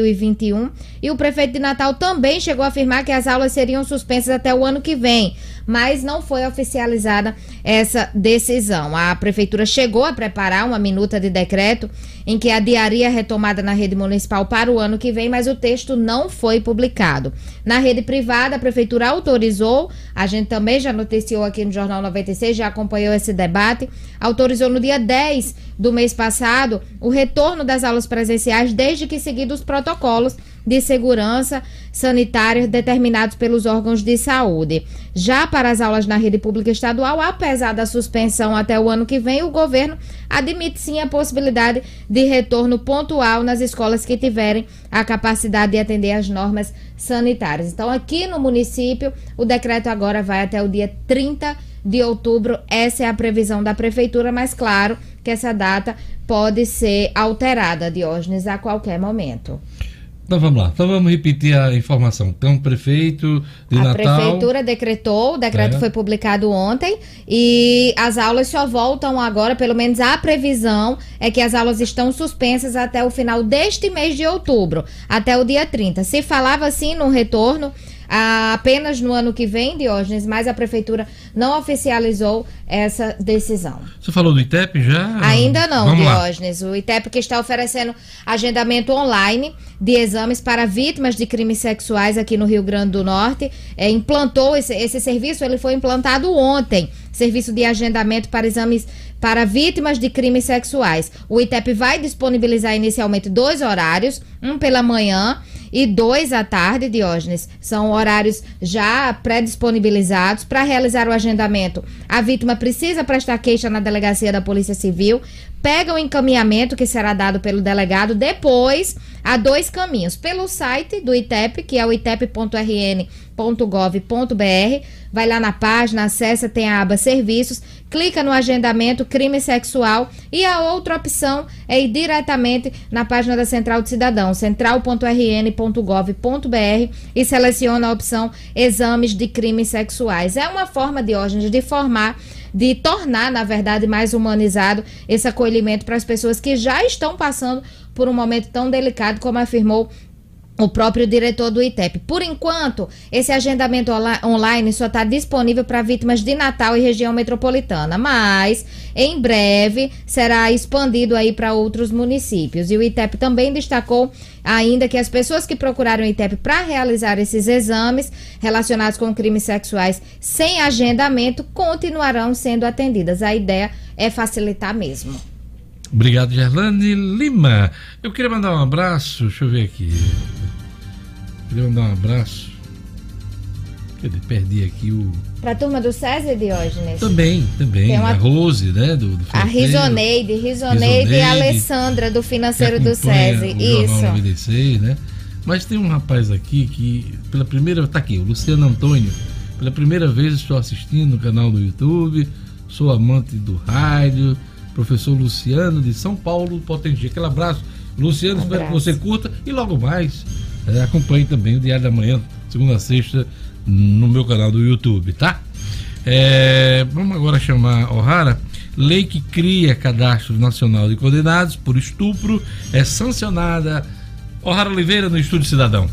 2021 e o prefeito de Natal também chegou a afirmar que as aulas seriam suspensas até o ano que vem, mas não foi oficializada essa decisão. A prefeitura chegou a preparar uma minuta de decreto em que adiaria a retomada na rede municipal para o ano que vem, mas o texto não foi publicado. Na rede privada, a prefeitura autorizou, a gente também já noticiou aqui no Jornal 96, já acompanhou esse debate, autorizou no dia 10 do mês passado o retorno das aulas presenciais, desde que seguidos os protocolos de segurança sanitária determinados pelos órgãos de saúde. Já para as aulas na rede pública estadual, apesar da suspensão até o ano que vem, o governo admite sim a possibilidade de retorno pontual nas escolas que tiverem a capacidade de atender às normas sanitárias. Então, aqui no município, o decreto agora vai até o dia 30 de outubro. Essa é a previsão da prefeitura, mas claro que essa data pode ser alterada, Diógenes, a qualquer momento. Então vamos lá, então vamos repetir a informação. Então, o prefeito de Natal... A prefeitura decretou, o decreto foi publicado ontem e as aulas só voltam agora, pelo menos a previsão é que as aulas estão suspensas até o final deste mês de outubro, até o dia 30. Se falava assim no retorno apenas no ano que vem, Diógenes, mas a prefeitura não oficializou essa decisão. Você falou do ITEP já? Ainda não, Vamos Diógenes. O ITEP que está oferecendo agendamento online de exames para vítimas de crimes sexuais aqui no Rio Grande do Norte, implantou esse serviço, ele foi implantado ontem, serviço de agendamento para exames para vítimas de crimes sexuais. O ITEP vai disponibilizar inicialmente 2 horários, um pela manhã e 2 à tarde, Diógenes. São horários já pré-disponibilizados. Para realizar o agendamento, a vítima precisa prestar queixa na delegacia da Polícia Civil, pega o encaminhamento que será dado pelo delegado. Depois, há 2 caminhos. Pelo site do ITEP, que é o itep.rn.gov.br, vai lá na página, acessa, tem a aba Serviços, clica no agendamento crime sexual, e a outra opção é ir diretamente na página da Central do Cidadão, central.rn.gov.br, e seleciona a opção exames de crimes sexuais. É uma forma, Diógenes, de tornar, na verdade, mais humanizado esse acolhimento para as pessoas que já estão passando por um momento tão delicado, como afirmou o próprio diretor do ITEP. Por enquanto, esse agendamento online só está disponível para vítimas de Natal e região metropolitana, mas em breve será expandido aí para outros municípios. E o ITEP também destacou ainda que as pessoas que procuraram o ITEP para realizar esses exames relacionados com crimes sexuais sem agendamento continuarão sendo atendidas. A ideia é facilitar mesmo. Obrigado, Gerlane Lima. Eu queria mandar um abraço, deixa eu ver aqui. Queria mandar um abraço. Cadê? Perdi aqui o... Pra turma do César, Diógenes? Também. A Rose, né? Do a Risoneide e a Alessandra, do Financeiro do César. Isso. 96, né? Mas tem um rapaz aqui que, pela primeira... Tá aqui, o Luciano Antônio. Pela primeira vez estou assistindo no canal do YouTube. Sou amante do rádio. Professor Luciano, de São Paulo, Potengi. Aquele abraço. Luciano, espero que você curta. E logo mais, acompanhe também o Diário da Manhã, segunda a sexta, no meu canal do YouTube, tá? Vamos agora chamar O'Hara. Lei que cria Cadastro Nacional de Condenados por Estupro é sancionada. O'Hara Oliveira, no Estúdio Cidadão.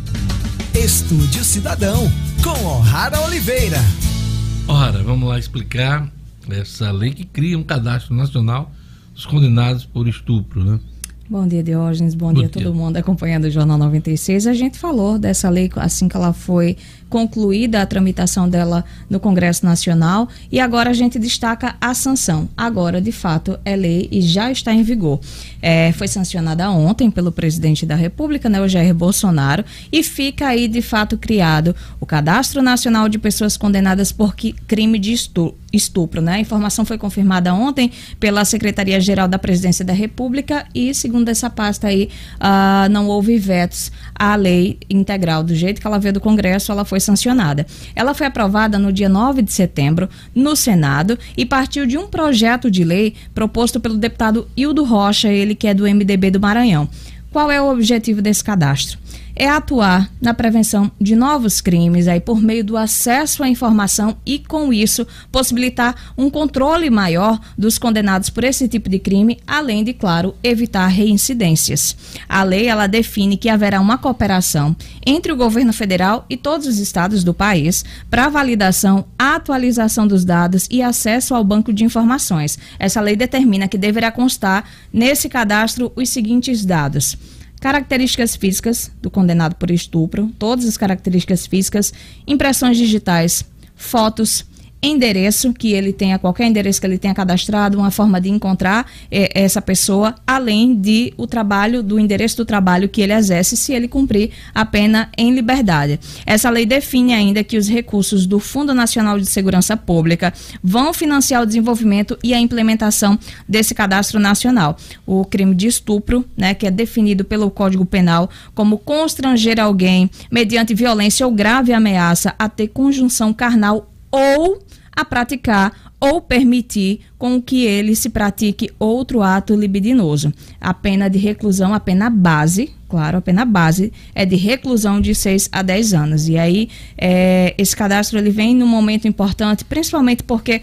Estúdio Cidadão, com O'Hara Oliveira. O'Hara, vamos lá explicar essa lei que cria um cadastro nacional dos condenados por estupro, né? Bom dia, Diógenes. Bom dia a todo mundo acompanhando o Jornal 96. A gente falou dessa lei assim que ela foi concluída, a tramitação dela no Congresso Nacional, e agora a gente destaca a sanção. Agora, de fato, é lei e já está em vigor. Foi sancionada ontem pelo presidente da República, né, o Jair Bolsonaro, e fica aí, de fato, criado o Cadastro Nacional de Pessoas Condenadas por crime de estupro, né? A informação foi confirmada ontem pela Secretaria-Geral da Presidência da República e, segundo essa pasta aí, não houve vetos à lei integral. Do jeito que ela veio do Congresso, ela foi sancionada. Ela foi aprovada no dia 9 de setembro no Senado e partiu de um projeto de lei proposto pelo deputado Hildo Rocha, ele que é do MDB do Maranhão. Qual é o objetivo desse cadastro? É atuar na prevenção de novos crimes aí por meio do acesso à informação e, com isso, possibilitar um controle maior dos condenados por esse tipo de crime, além de, claro, evitar reincidências. A lei, ela define que haverá uma cooperação entre o governo federal e todos os estados do país para validação, atualização dos dados e acesso ao banco de informações. Essa lei determina que deverá constar nesse cadastro os seguintes dados: características físicas do condenado por estupro, todas as características físicas, impressões digitais, fotos, endereço, que ele tenha, qualquer endereço que ele tenha cadastrado, uma forma de encontrar essa pessoa, além de do endereço do trabalho que ele exerce, se ele cumprir a pena em liberdade. Essa lei define ainda que os recursos do Fundo Nacional de Segurança Pública vão financiar o desenvolvimento e a implementação desse cadastro nacional. O crime de estupro, né, que é definido pelo Código Penal como constranger alguém mediante violência ou grave ameaça a ter conjunção carnal ou a praticar ou permitir com que ele se pratique outro ato libidinoso. A pena de reclusão, a pena base, claro, a pena base é de reclusão de 6 a 10 anos. E aí, esse cadastro ele vem num momento importante, principalmente porque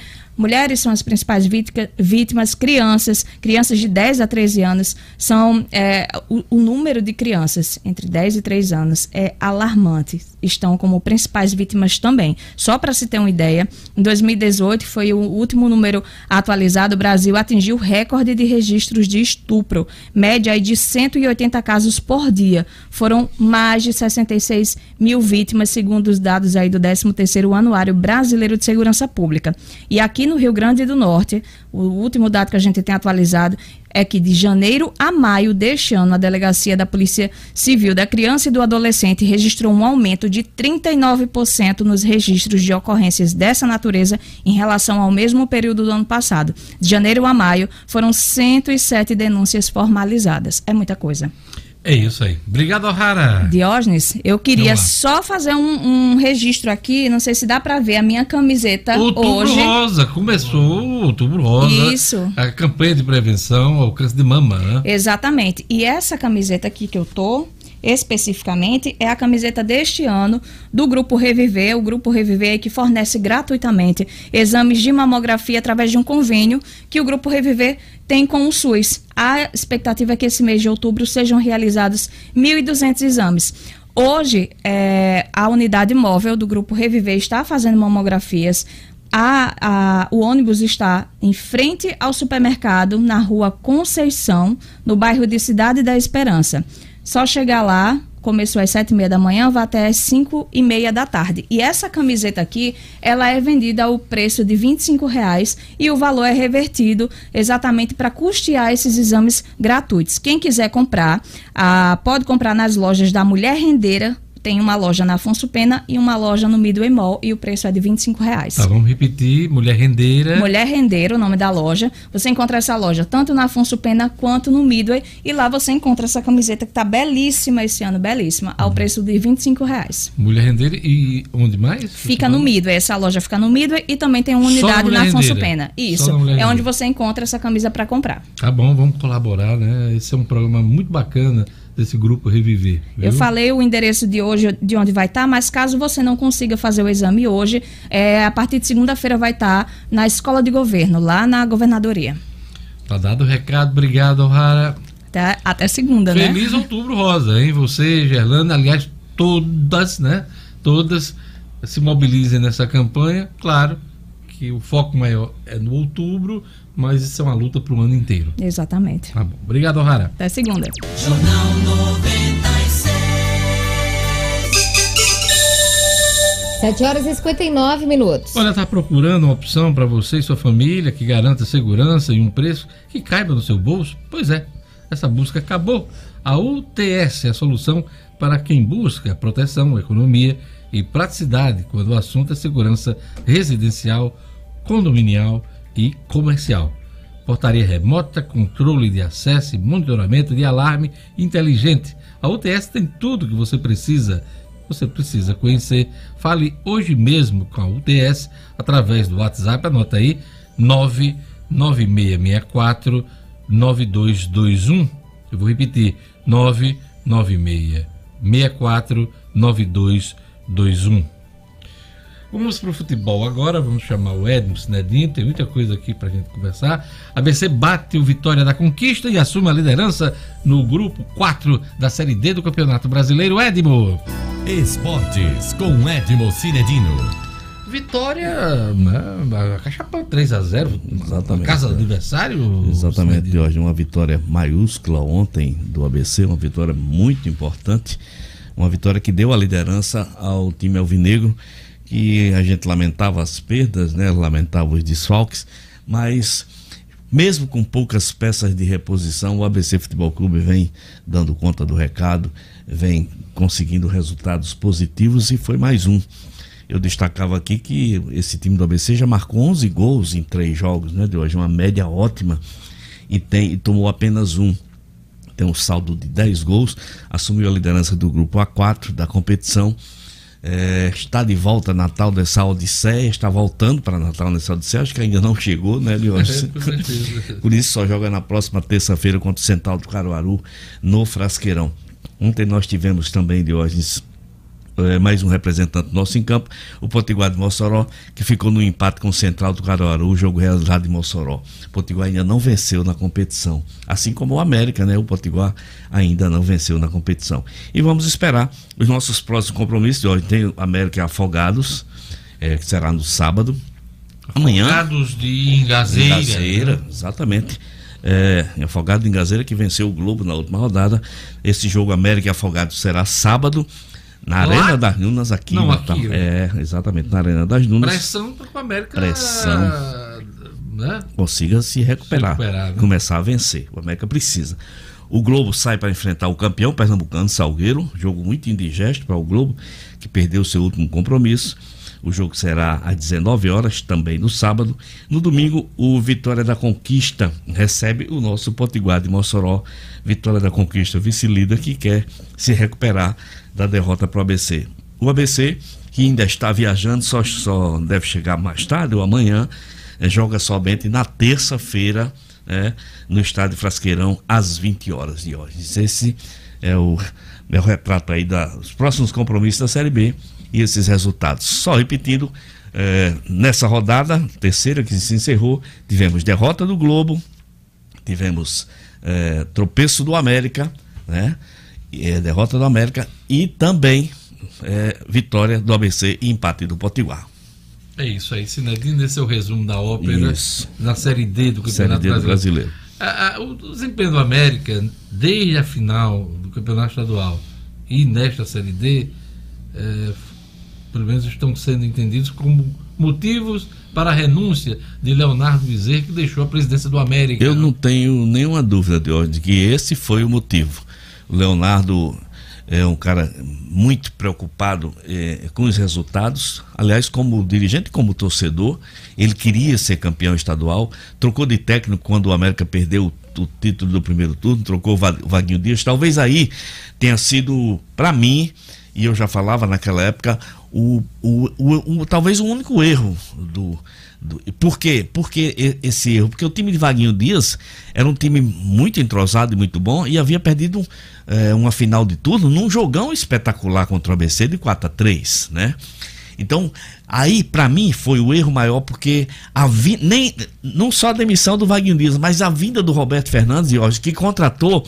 Mulheres são as principais vítimas, crianças de 10 a 13 anos são o número de crianças entre 10 e 3 anos é alarmante, estão como principais vítimas também. Só para se ter uma ideia, em 2018 foi o último número atualizado, o Brasil atingiu o recorde de registros de estupro, média de 180 casos por dia. Foram mais de 66 mil vítimas, segundo os dados aí do 13º Anuário Brasileiro de Segurança Pública. E aqui no Rio Grande do Norte, o último dado que a gente tem atualizado é que de janeiro a maio deste ano, a Delegacia da Polícia Civil da Criança e do Adolescente registrou um aumento de 39% nos registros de ocorrências dessa natureza em relação ao mesmo período do ano passado. De janeiro a maio, foram 107 denúncias formalizadas. É muita coisa. É isso aí. Obrigado, O'Hara. Diógenes, eu queria só fazer um registro aqui, não sei se dá para ver a minha camiseta hoje. Outubro Rosa, começou o Outubro Rosa. Isso. A campanha de prevenção ao câncer de mama, né? Exatamente. E essa camiseta aqui que eu tô, especificamente, é a camiseta deste ano do Grupo Reviver. O Grupo Reviver é que fornece gratuitamente exames de mamografia através de um convênio que o Grupo Reviver tem com o SUS. A expectativa é que esse mês de outubro sejam realizados 1.200 exames. Hoje, a unidade móvel do Grupo Reviver está fazendo mamografias. O ônibus está em frente ao supermercado, na rua Conceição, no bairro de Cidade da Esperança. Só chegar lá, começou às 7h30 da manhã, vai até às 5h30 da tarde. E essa camiseta aqui, ela é vendida ao preço de R$25 e o valor é revertido exatamente para custear esses exames gratuitos. Quem quiser comprar, pode comprar nas lojas da Mulher Rendeira. Tem uma loja na Afonso Pena e uma loja no Midway Mall e o preço é de R$25. Tá, vamos repetir, Mulher Rendeira. Mulher Rendeira, o nome da loja. Você encontra essa loja tanto na Afonso Pena quanto no Midway e lá você encontra essa camiseta que tá belíssima esse ano, belíssima, ao preço de R$25. Mulher Rendeira e onde mais? Fica no Midway, essa loja fica no Midway e também tem uma unidade na Afonso Pena. Isso, é onde você encontra essa camisa para comprar. Tá bom, vamos colaborar, né? Esse é um programa muito bacana desse Grupo Reviver. Viu? Eu falei o endereço de hoje, de onde vai estar, mas caso você não consiga fazer o exame hoje, a partir de segunda-feira vai estar na Escola de Governo, lá na Governadoria. Tá dado o recado, obrigado, O'Hara. Até segunda, Feliz né? Feliz Outubro Rosa, hein? Você, Gerlane, aliás, todas, né? Todas se mobilizem nessa campanha. Claro que o foco maior é no outubro, mas isso é uma luta para o ano inteiro. Exatamente. Tá bom. Obrigado, O'Hara. Até segunda. Jornal 96. 7h59. Olha, está procurando uma opção para você e sua família que garanta segurança e um preço que caiba no seu bolso? Pois é, essa busca acabou. A UTS é a solução para quem busca proteção, economia e praticidade quando o assunto é segurança residencial, condominial e comercial. Portaria remota, controle de acesso e monitoramento de alarme inteligente. A UTS tem tudo que você precisa conhecer. Fale hoje mesmo com a UTS através do WhatsApp, anota aí, 99664 9221. Eu vou repetir, 99664 9221. Vamos para o futebol agora, vamos chamar o Edmo Sinedinho, tem muita coisa aqui para a gente conversar. A ABC bate o Vitória da Conquista e assume a liderança no grupo 4 da Série D do Campeonato Brasileiro. Edmo. Esportes com Edmo Sinedino. Vitória, né, cachapão 3-0, exatamente, casa do adversário. Exatamente, Jorge, uma vitória maiúscula ontem do ABC, uma vitória muito importante, uma vitória que deu a liderança ao time alvinegro, que a gente lamentava as perdas, né, lamentava os desfalques, mas mesmo com poucas peças de reposição, o ABC Futebol Clube vem dando conta do recado, vem conseguindo resultados positivos e foi mais um. Eu destacava aqui que esse time do ABC já marcou 11 gols em 3 jogos, né, de hoje, uma média ótima, e tomou apenas um. Tem um saldo de 10 gols, assumiu a liderança do grupo A4 da competição. Está de volta Natal dessa Odisseia, está voltando para Natal nessa Odisseia, acho que ainda não chegou, né, Leôncio? Por isso só joga na próxima terça-feira contra o Central do Caruaru no Frasqueirão. Ontem nós tivemos também, Diógenes, mais um representante nosso em campo, o Potiguar de Mossoró, que ficou no empate com o Central do Caruaru, o jogo realizado em Mossoró. O Potiguar ainda não venceu na competição, assim como o América, né? O Potiguar ainda não venceu na competição. E vamos esperar os nossos próximos compromissos. Hoje tem o América e Afogados, que será no sábado. Amanhã. Afogados de Ingazeira. Ingazeira, né? Exatamente. Afogado de Ingazeira, que venceu o Globo na última rodada. Esse jogo América e Afogados será sábado na Arena das Dunas, aqui. Não, aqui. Exatamente, na Arena das Dunas. Pressão para o América. Né? Consiga se recuperar, né? Começar a vencer. O América precisa. O Globo sai para enfrentar o campeão pernambucano, Salgueiro. Jogo muito indigesto para o Globo, que perdeu seu último compromisso. O jogo será às 19 horas, também no sábado. No domingo, o Vitória da Conquista recebe o nosso Potiguar de Mossoró. Vitória da Conquista, vice-líder, que quer se recuperar da derrota para o ABC. O ABC, que ainda está viajando, só deve chegar mais tarde ou amanhã, joga somente na terça-feira, no estádio Frasqueirão, às 20 horas de hoje. Esse é o retrato aí dos próximos compromissos da Série B. E esses resultados, só repetindo, nessa rodada terceira que se encerrou, tivemos derrota do Globo, tivemos tropeço do América, né? Derrota do América e também vitória do ABC e empate do Potiguar. É isso aí, Sinedino, esse é o resumo da ópera na Série D do Campeonato Brasileiro. O desempenho do América, desde a final do Campeonato Estadual e nesta Série D, pelo menos estão sendo entendidos como motivos para a renúncia de Leonardo Bezerra, que deixou a presidência do América. Eu não tenho nenhuma dúvida de que esse foi o motivo. O Leonardo é um cara muito preocupado com os resultados. Aliás, como dirigente, como torcedor, ele queria ser campeão estadual, trocou de técnico quando o América perdeu o título do primeiro turno, trocou o Vaguinho Dias. Talvez aí tenha sido, para mim, e eu já falava naquela época, talvez o único erro Por quê? Porque esse erro? Porque o time de Vaguinho Dias era um time muito entrosado e muito bom e havia perdido uma final de turno num jogão espetacular contra o ABC de 4-3, né? Então, aí para mim foi o erro maior, porque não só a demissão do Vaguinho Dias, mas a vinda do Roberto Fernandes, que contratou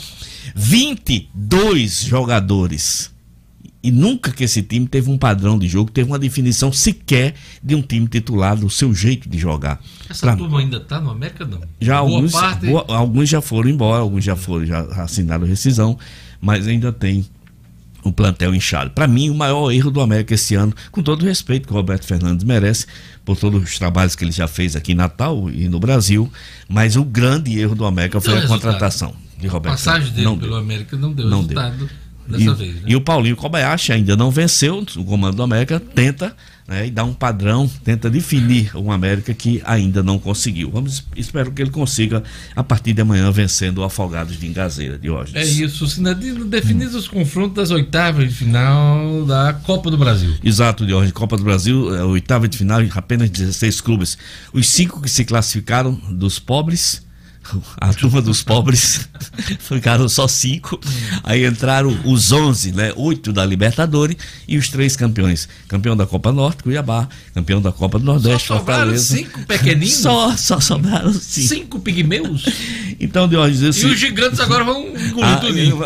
22 jogadores. E nunca que esse time teve um padrão de jogo, teve uma definição sequer de um time titular, do seu jeito de jogar. Essa turma ainda está no América, não? Já alguns já foram embora, alguns já assinaram rescisão, mas ainda tem um plantel inchado. Para mim, o maior erro do América esse ano, com todo o respeito que o Roberto Fernandes merece, por todos os trabalhos que ele já fez aqui em Natal e no Brasil, mas o grande erro do América foi a contratação de Roberto Fernandes. A passagem dele pelo América não deu resultado. Dessa vez, né? E o Paulinho Kobayashi ainda não venceu o comando do América, tenta, e dá um padrão, tenta definir um América que ainda não conseguiu. Espero que ele consiga a partir de amanhã, vencendo o Afogados de Ingazeira de hoje. É isso, Sinadino, definidos os confrontos das oitavas de final da Copa do Brasil. Exato, de hoje, Copa do Brasil, oitava de final, apenas 16 clubes. Os 5 que se classificaram dos pobres, a turma dos pobres, ficaram só 5. Aí entraram os 11, 8 da Libertadores e os 3 campeões. Campeão da Copa Norte, Cuiabá. Campeão da Copa do Nordeste, Fortaleza. 5 pequeninos? Só sobraram 5. 5 pigmeus? Então, Deus, assim, e os gigantes agora vão engolir tudo.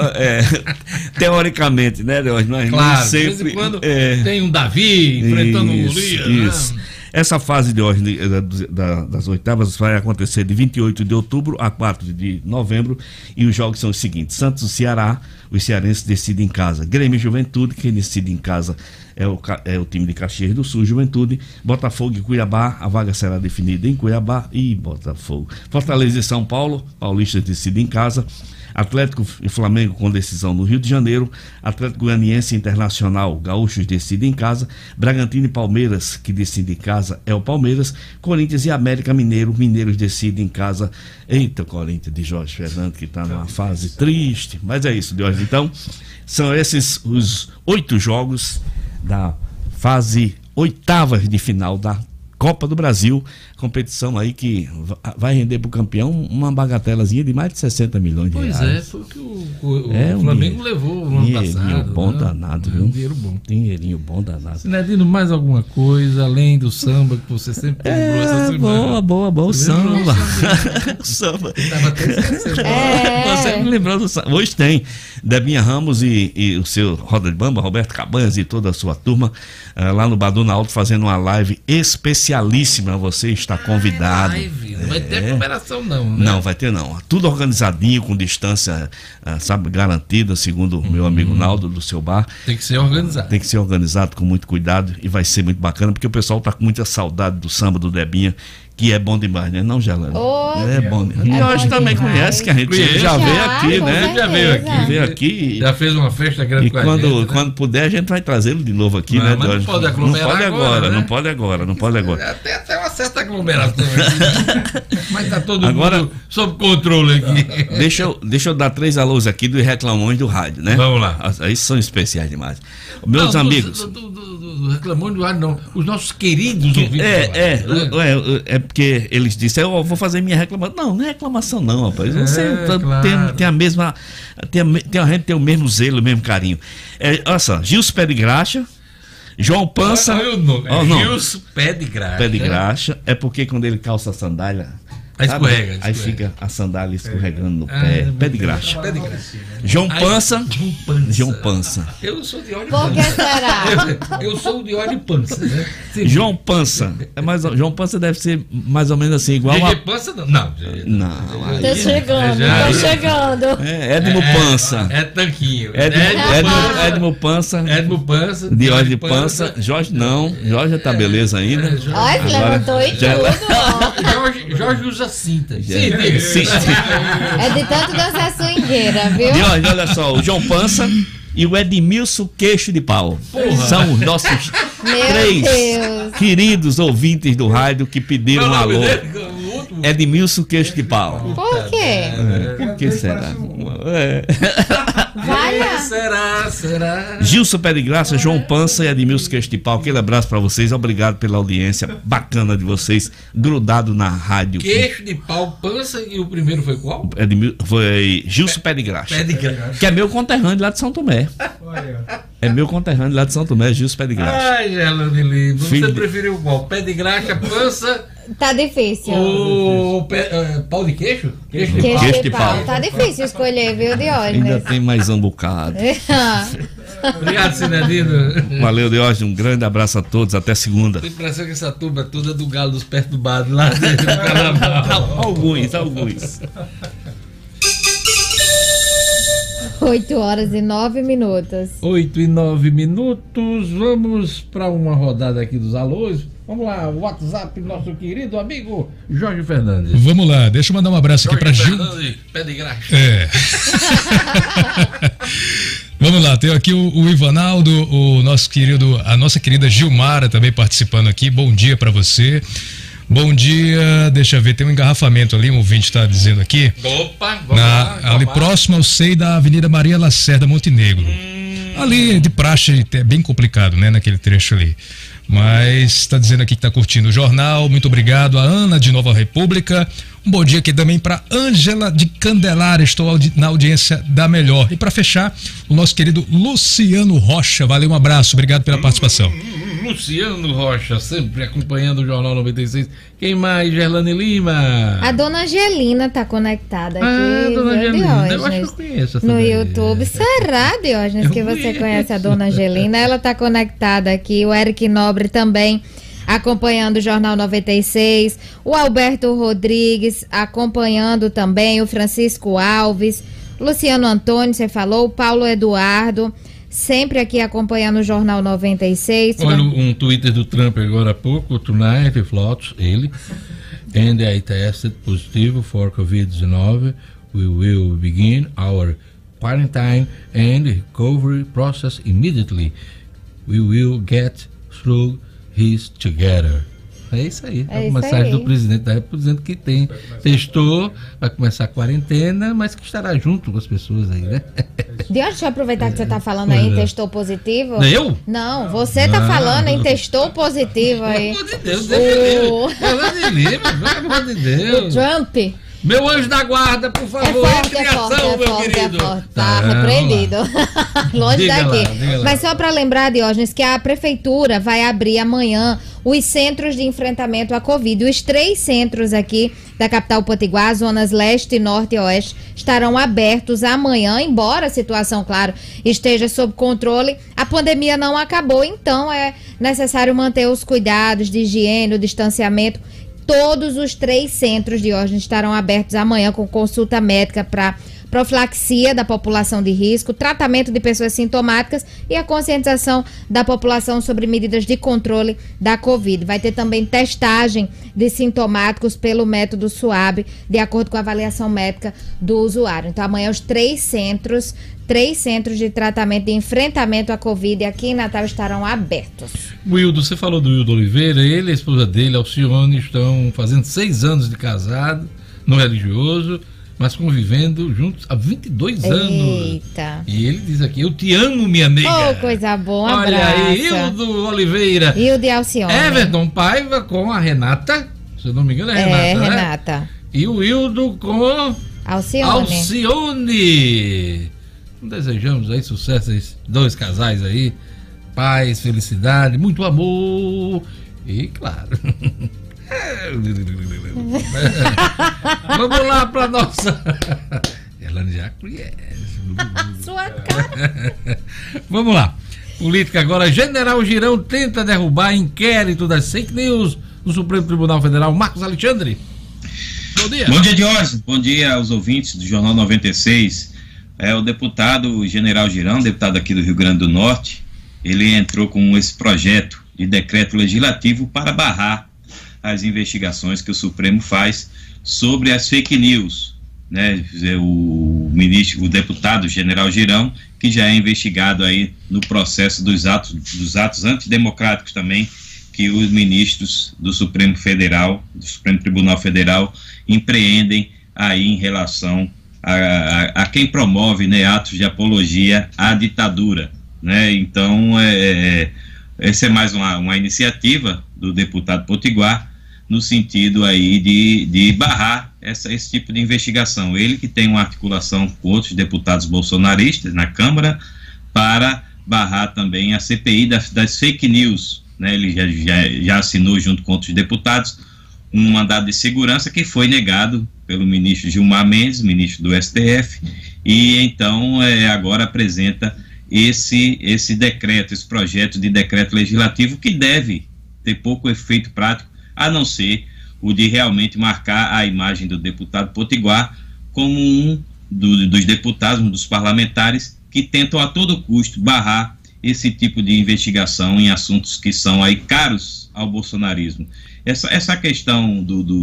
Teoricamente, né, Deus? Mas claro, sempre, de vez em quando tem um Davi enfrentando um Golias. Isso. Né? Essa fase de hoje das oitavas vai acontecer de 28 de outubro a 4 de novembro e os jogos são os seguintes: Santos e Ceará, os cearenses decidem em casa. Grêmio e Juventude, quem decide em casa é o time de Caxias do Sul, Juventude. Botafogo e Cuiabá, a vaga será definida em Cuiabá e Botafogo. Fortaleza e São Paulo, paulistas decidem em casa. Atlético e Flamengo com decisão no Rio de Janeiro. Atlético Goianiense e Internacional, gaúchos decidem em casa. Bragantino e Palmeiras, que decide em casa é o Palmeiras. Corinthians e América Mineiro, mineiros decidem em casa. Eita, Corinthians de Jorge Fernando, que está numa fase triste, mas é isso de hoje. Então, são esses os 8 jogos da fase oitavas de final da Copa do Brasil, competição aí que vai render pro campeão uma bagatelazinha de mais de 60 milhões de reais. Pois é, foi o que o Flamengo levou no ano passado. Dinheirinho bom danado, viu? Dinheiro bom. Dinheirinho bom danado. Sinedino, mais alguma coisa, além do samba que você sempre lembrou essa semana? Boa, o samba. O samba. Tava até esquecendo. Você me lembrou do samba. Hoje tem Debinha Ramos e o seu Roda de Bamba, Roberto Cabanhas e toda a sua turma lá no Baduna Alto fazendo uma live especialíssima. Você está convidado. Não vai ter aglomeração não, né? Não, vai ter não. Tudo organizadinho, com distância, sabe, garantida, segundo o meu amigo Naldo do seu bar. Tem que ser organizado. Tem que ser organizado com muito cuidado e vai ser muito bacana, porque o pessoal tá com muita saudade do samba do Debinha, que é bom demais, né? Não, Gelane? É bom demais. E hoje também conhece, que a gente já veio aqui, né? Já veio aqui. Já fez uma festa grande com a gente, né? Quando puder, a gente vai trazê-lo de novo aqui, né, Jorge? Não pode aglomerar não pode agora. Até uma certa aglomeração aqui. Mas tá todo mundo sob controle aqui. Deixa eu dar 3 alôs aqui dos reclamões do rádio, né? Vamos lá. Aí são especiais demais. Meus amigos... Do reclamões do rádio, não. Os nossos queridos ouvintes. É porque eles disseram, eu vou fazer minha reclamação. Não é reclamação não, rapaz. Você tem a mesma... a gente tem o mesmo zelo, o mesmo carinho. Olha só, Gilson Pé de Graxa, João Pança... Gilson Pé de Graxa. Pé de Graxa, é porque quando ele calça a sandália... Escorrega. Aí fica a sandália escorregando no pé. Pé de graxa. João Pança. Eu sou de óleo Por que será? Eu sou de óleo pança, né? João Pança. João Pança deve ser mais ou menos assim, igual a... Pança não. Tô chegando. Edmo Pança. É tanquinho. Edmo Pança. De óleo de pança. Jorge não. Jorge tá beleza ainda. Olha, levantou e tudo. Jorge usa cinta. Sim. É de tanto dançar swingueira, viu? E olha só, o João Pança e o Edmilson Queixo de Pau. São os nossos 3 queridos ouvintes do rádio que pediram um alô. Edmilson Queixo de Pau. Por quê? Por que será? Será? Gilson Pé de Graça, João Pança e Edmilson Queixo de Pau. Aquele abraço pra vocês, obrigado pela audiência bacana de vocês, grudado na rádio. Queixo de Pau, Pança, e o primeiro foi qual? Foi Gilson Pé de Graça. Que é meu conterrâneo lá de São Tomé. É meu conterrâneo lá de São Tomé, Gilson Pé de Graça. Ai, Gelane Lima, você preferiu qual? Pé de Graxa, Pança... Tá difícil. Pau de queixo? Queixo de pau. Tá difícil escolher, viu, Diógenes? Ainda tem mais um bocado. Obrigado, Sinedino. Valeu, Diógenes. Um grande abraço a todos. Até segunda. Tem impressão que essa turma toda é do Galo dos Perturbados lá dentro do Carnaval. Alguns. 8h09. 8h09. Vamos para uma rodada aqui dos alôs. Vamos lá, o WhatsApp do nosso querido amigo Jorge Fernandes. Vamos lá, deixa eu mandar um abraço aqui para Gil. Pé de graxa. Vamos lá, tem aqui o Ivanaldo, a nossa querida Gilmara também participando aqui. Bom dia para você. Bom dia, deixa eu ver, tem um engarrafamento ali, um ouvinte está dizendo aqui. Opa, vamos lá. Ali próximo ao SEI da Avenida Maria Lacerda, Montenegro. Ali de praxe é bem complicado, né, naquele trecho ali. Mas está dizendo aqui que está curtindo o jornal. Muito obrigado. A Ana de Nova República. Um bom dia aqui também para Ângela de Candelária. Estou na audiência da Melhor. E para fechar, o nosso querido Luciano Rocha. Valeu, um abraço. Obrigado pela participação. Luciano Rocha, sempre acompanhando o Jornal 96. Quem mais? Gerlane Lima. A dona Angelina tá conectada aqui. Dona Angelina, eu acho que eu conheço essa no YouTube. Será, Diógenes, que você conhece a dona Angelina? Ela tá conectada aqui. O Eric Nobre também acompanhando o Jornal 96. O Alberto Rodrigues acompanhando também. O Francisco Alves. Luciano Antônio, você falou. O Paulo Eduardo. Sempre aqui acompanhando o Jornal 96. Olha um Twitter do Trump agora há pouco. Tonight, floats, ele. And I tested positive for COVID-19. We will begin our quarantine and recovery process immediately. We will get through this together. É isso aí. É uma mensagem do presidente da República dizendo que testou, vai começar a quarentena, mas que estará junto com as pessoas aí, né? Deixa eu aproveitar que você está falando aí em testou positivo. Eu? Não, você está falando em testou positivo aí. Pelo amor de Deus. O Trump. Meu anjo da guarda, por favor, entre em ação, meu querido. Tá repreendido. Longe daqui. Lá. Mas só para lembrar, Diógenes, que a prefeitura vai abrir amanhã os centros de enfrentamento à Covid. Os 3 centros aqui da capital potiguar, zonas leste, norte e oeste, estarão abertos amanhã, embora a situação, claro, esteja sob controle. A pandemia não acabou, então é necessário manter os cuidados de higiene, o distanciamento. Todos os 3 centros de Diógenes estarão abertos amanhã com consulta médica para profilaxia da população de risco, tratamento de pessoas sintomáticas e a conscientização da população sobre medidas de controle da Covid. Vai ter também testagem de sintomáticos pelo método SUAB, de acordo com a avaliação médica do usuário. Então, amanhã os 3 centros de tratamento de enfrentamento à Covid aqui em Natal estarão abertos. Wildo, você falou do Wildo Oliveira, ele e a esposa dele, Alcione, estão fazendo 6 anos de casado, no religioso, mas convivendo juntos há 22 anos. Eita. E ele diz aqui, eu te amo, minha amiga. Oh, coisa boa, Olha aí, Hildo Oliveira. Hildo e Alcione. Everton Paiva com a Renata, se eu não me engano é Renata, né? Renata. E o Hildo com Alcione. Desejamos aí sucesso a esses 2 casais aí, paz, felicidade, muito amor e claro... Vamos lá para nossa. Ela já conhece. Sua cara. Vamos lá. Política agora. General Girão tenta derrubar inquérito das fake news no Supremo Tribunal Federal. Marcos Alexandre. Bom dia. Bom dia, Diógenes. Bom dia aos ouvintes do Jornal 96. O deputado General Girão, deputado aqui do Rio Grande do Norte, ele entrou com esse projeto de decreto legislativo para barrar as investigações que o Supremo faz sobre as fake news, né? O deputado General Girão, que já é investigado aí no processo dos atos antidemocráticos também, que os ministros do Supremo Tribunal Federal empreendem aí em relação a quem promove, né, atos de apologia à ditadura, né? Então, essa é mais uma iniciativa do deputado Potiguar, no sentido aí de barrar esse tipo de investigação. Ele que tem uma articulação com outros deputados bolsonaristas na Câmara para barrar também a CPI das fake news, né? Ele já assinou junto com outros deputados um mandado de segurança que foi negado pelo ministro Gilmar Mendes, ministro do STF, e então agora apresenta esse decreto, esse projeto de decreto legislativo que deve ter pouco efeito prático, a não ser o de realmente marcar a imagem do deputado Potiguar como um dos deputados, um dos parlamentares que tentam a todo custo barrar esse tipo de investigação em assuntos que são aí caros ao bolsonarismo. Essa questão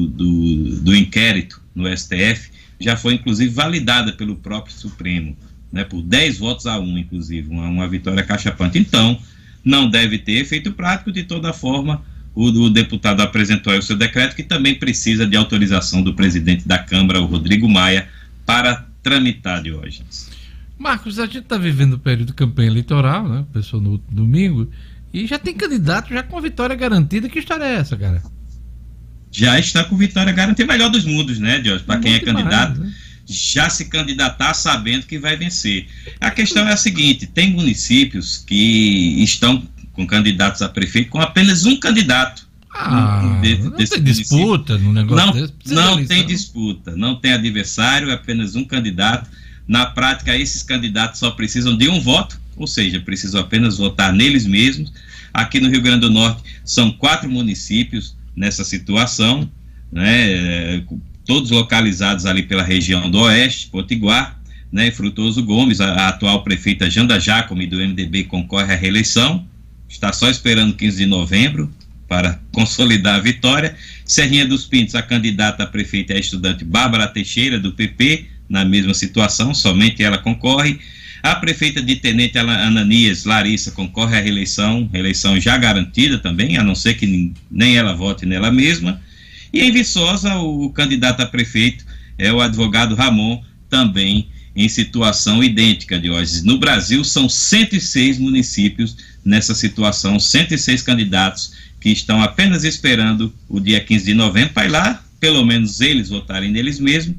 do inquérito no STF já foi inclusive validada pelo próprio Supremo, né, por 10 votos a 1, inclusive, uma vitória cachapante. Então, não deve ter efeito prático. De toda forma, o deputado apresentou aí o seu decreto, que também precisa de autorização do presidente da Câmara, o Rodrigo Maia, para tramitar, Diógenes. Marcos, a gente está vivendo o período de campanha eleitoral, né? Pessoal no domingo, e já tem candidato já com a vitória garantida. Que história é essa, cara? Já está com vitória garantida, melhor dos mundos, né, Diógenes? Para quem é candidato, né? Já se candidatar sabendo que vai vencer. A questão é a seguinte: tem municípios que estão com candidatos a prefeito com apenas um candidato. Não tem disputa no negócio desse? Não tem disputa, não tem adversário, é apenas um candidato. Na prática, esses candidatos só precisam de um voto, ou seja, precisam apenas votar neles mesmos. Aqui no Rio Grande do Norte são 4 municípios nessa situação, né, todos localizados ali pela região do Oeste, Potiguar, né, Frutuoso Gomes, a atual prefeita Janda Jacome do MDB concorre à reeleição, está só esperando 15 de novembro para consolidar a vitória. Serrinha dos Pintos, a candidata a prefeita é a estudante Bárbara Teixeira, do PP, na mesma situação, somente ela concorre. A prefeita de Tenente Ananias, Larissa, concorre à reeleição já garantida também, a não ser que nem ela vote nela mesma. E em Viçosa, o candidato a prefeito é o advogado Ramon, também em situação idêntica, Diógenes. No Brasil, são 106 municípios nessa situação, 106 candidatos que estão apenas esperando o dia 15 de novembro para ir lá, pelo menos eles votarem neles mesmos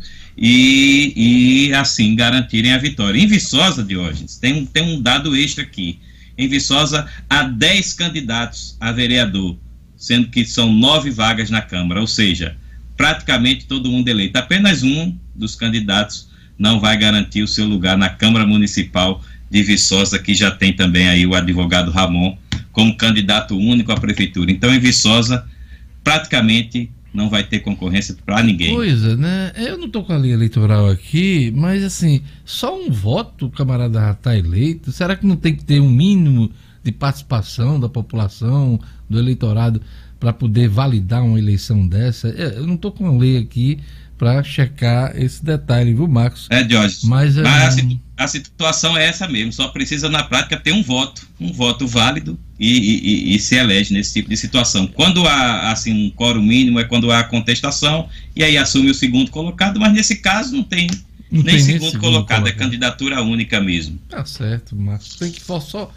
e assim garantirem a vitória. Em Viçosa, Diógenes, tem um dado extra aqui. Em Viçosa, há 10 candidatos a vereador, sendo que são 9 vagas na Câmara, ou seja, praticamente todo mundo eleito. Apenas um dos candidatos não vai garantir o seu lugar na Câmara Municipal de Viçosa, que já tem também aí o advogado Ramon como candidato único à prefeitura. Então, em Viçosa, praticamente não vai ter concorrência para ninguém. Pois é, né? Eu não estou com a lei eleitoral aqui, mas assim, só um voto o camarada já está eleito. Será que não tem que ter um mínimo de participação da população, do eleitorado, para poder validar uma eleição dessa? Eu não estou com a lei aqui para checar esse detalhe, viu, Marcos? Diógenes, mas a situação é essa mesmo, só precisa na prática ter um voto válido e se elege nesse tipo de situação. Quando há assim, um quórum mínimo é quando há contestação e aí assume o segundo colocado, mas nesse caso não tem nem segundo colocado, é candidatura única mesmo. Tá certo, Marcos, tem que só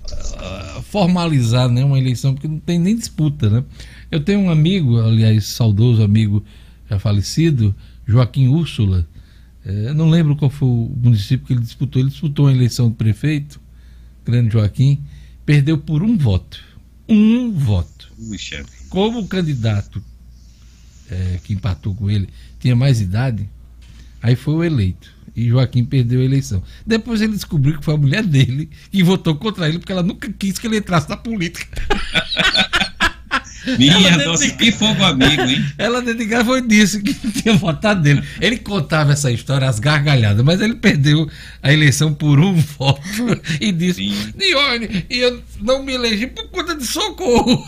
formalizar, né, uma eleição, porque não tem nem disputa, né? Eu tenho um amigo, aliás, saudoso amigo já falecido, Joaquim Úrsula, não lembro qual foi o município que ele disputou a eleição do prefeito, grande Joaquim, perdeu por um voto. Puxa. Como o candidato que empatou com ele tinha mais idade, aí foi o eleito, e Joaquim perdeu a eleição. Depois ele descobriu que foi a mulher dele que votou contra ele, porque ela nunca quis que ele entrasse na política. Minha nossa, que fogo amigo, hein? Ela dentro de casa foi disso que tinha votado dele. Ele contava essa história às gargalhadas, mas ele perdeu a eleição por um voto e disse: Dione, eu não me elegi por conta de Socorro.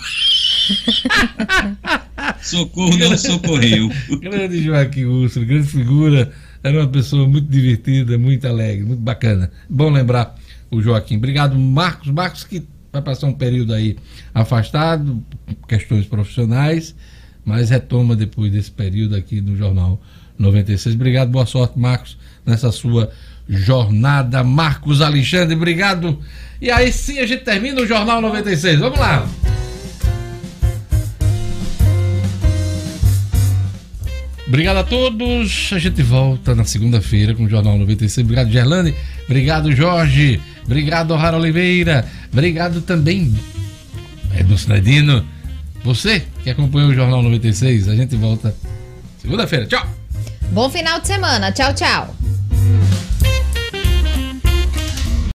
Socorro não socorreu. Grande Joaquim Úrsula, grande figura, era uma pessoa muito divertida, muito alegre, muito bacana. Bom lembrar o Joaquim. Obrigado, Marcos. Marcos, que vai passar um período aí afastado, questões profissionais, mas retoma depois desse período aqui no Jornal 96. Obrigado, boa sorte, Marcos, nessa sua jornada. Marcos Alexandre, obrigado. E aí sim a gente termina o Jornal 96. Vamos lá. Obrigado a todos. A gente volta na segunda-feira com o Jornal 96. Obrigado, Gerlane. Obrigado, Jorge. Obrigado, Rara Oliveira. Obrigado também, Edson Nadino. Você que acompanhou o Jornal 96. A gente volta segunda-feira. Tchau. Bom final de semana. Tchau, tchau.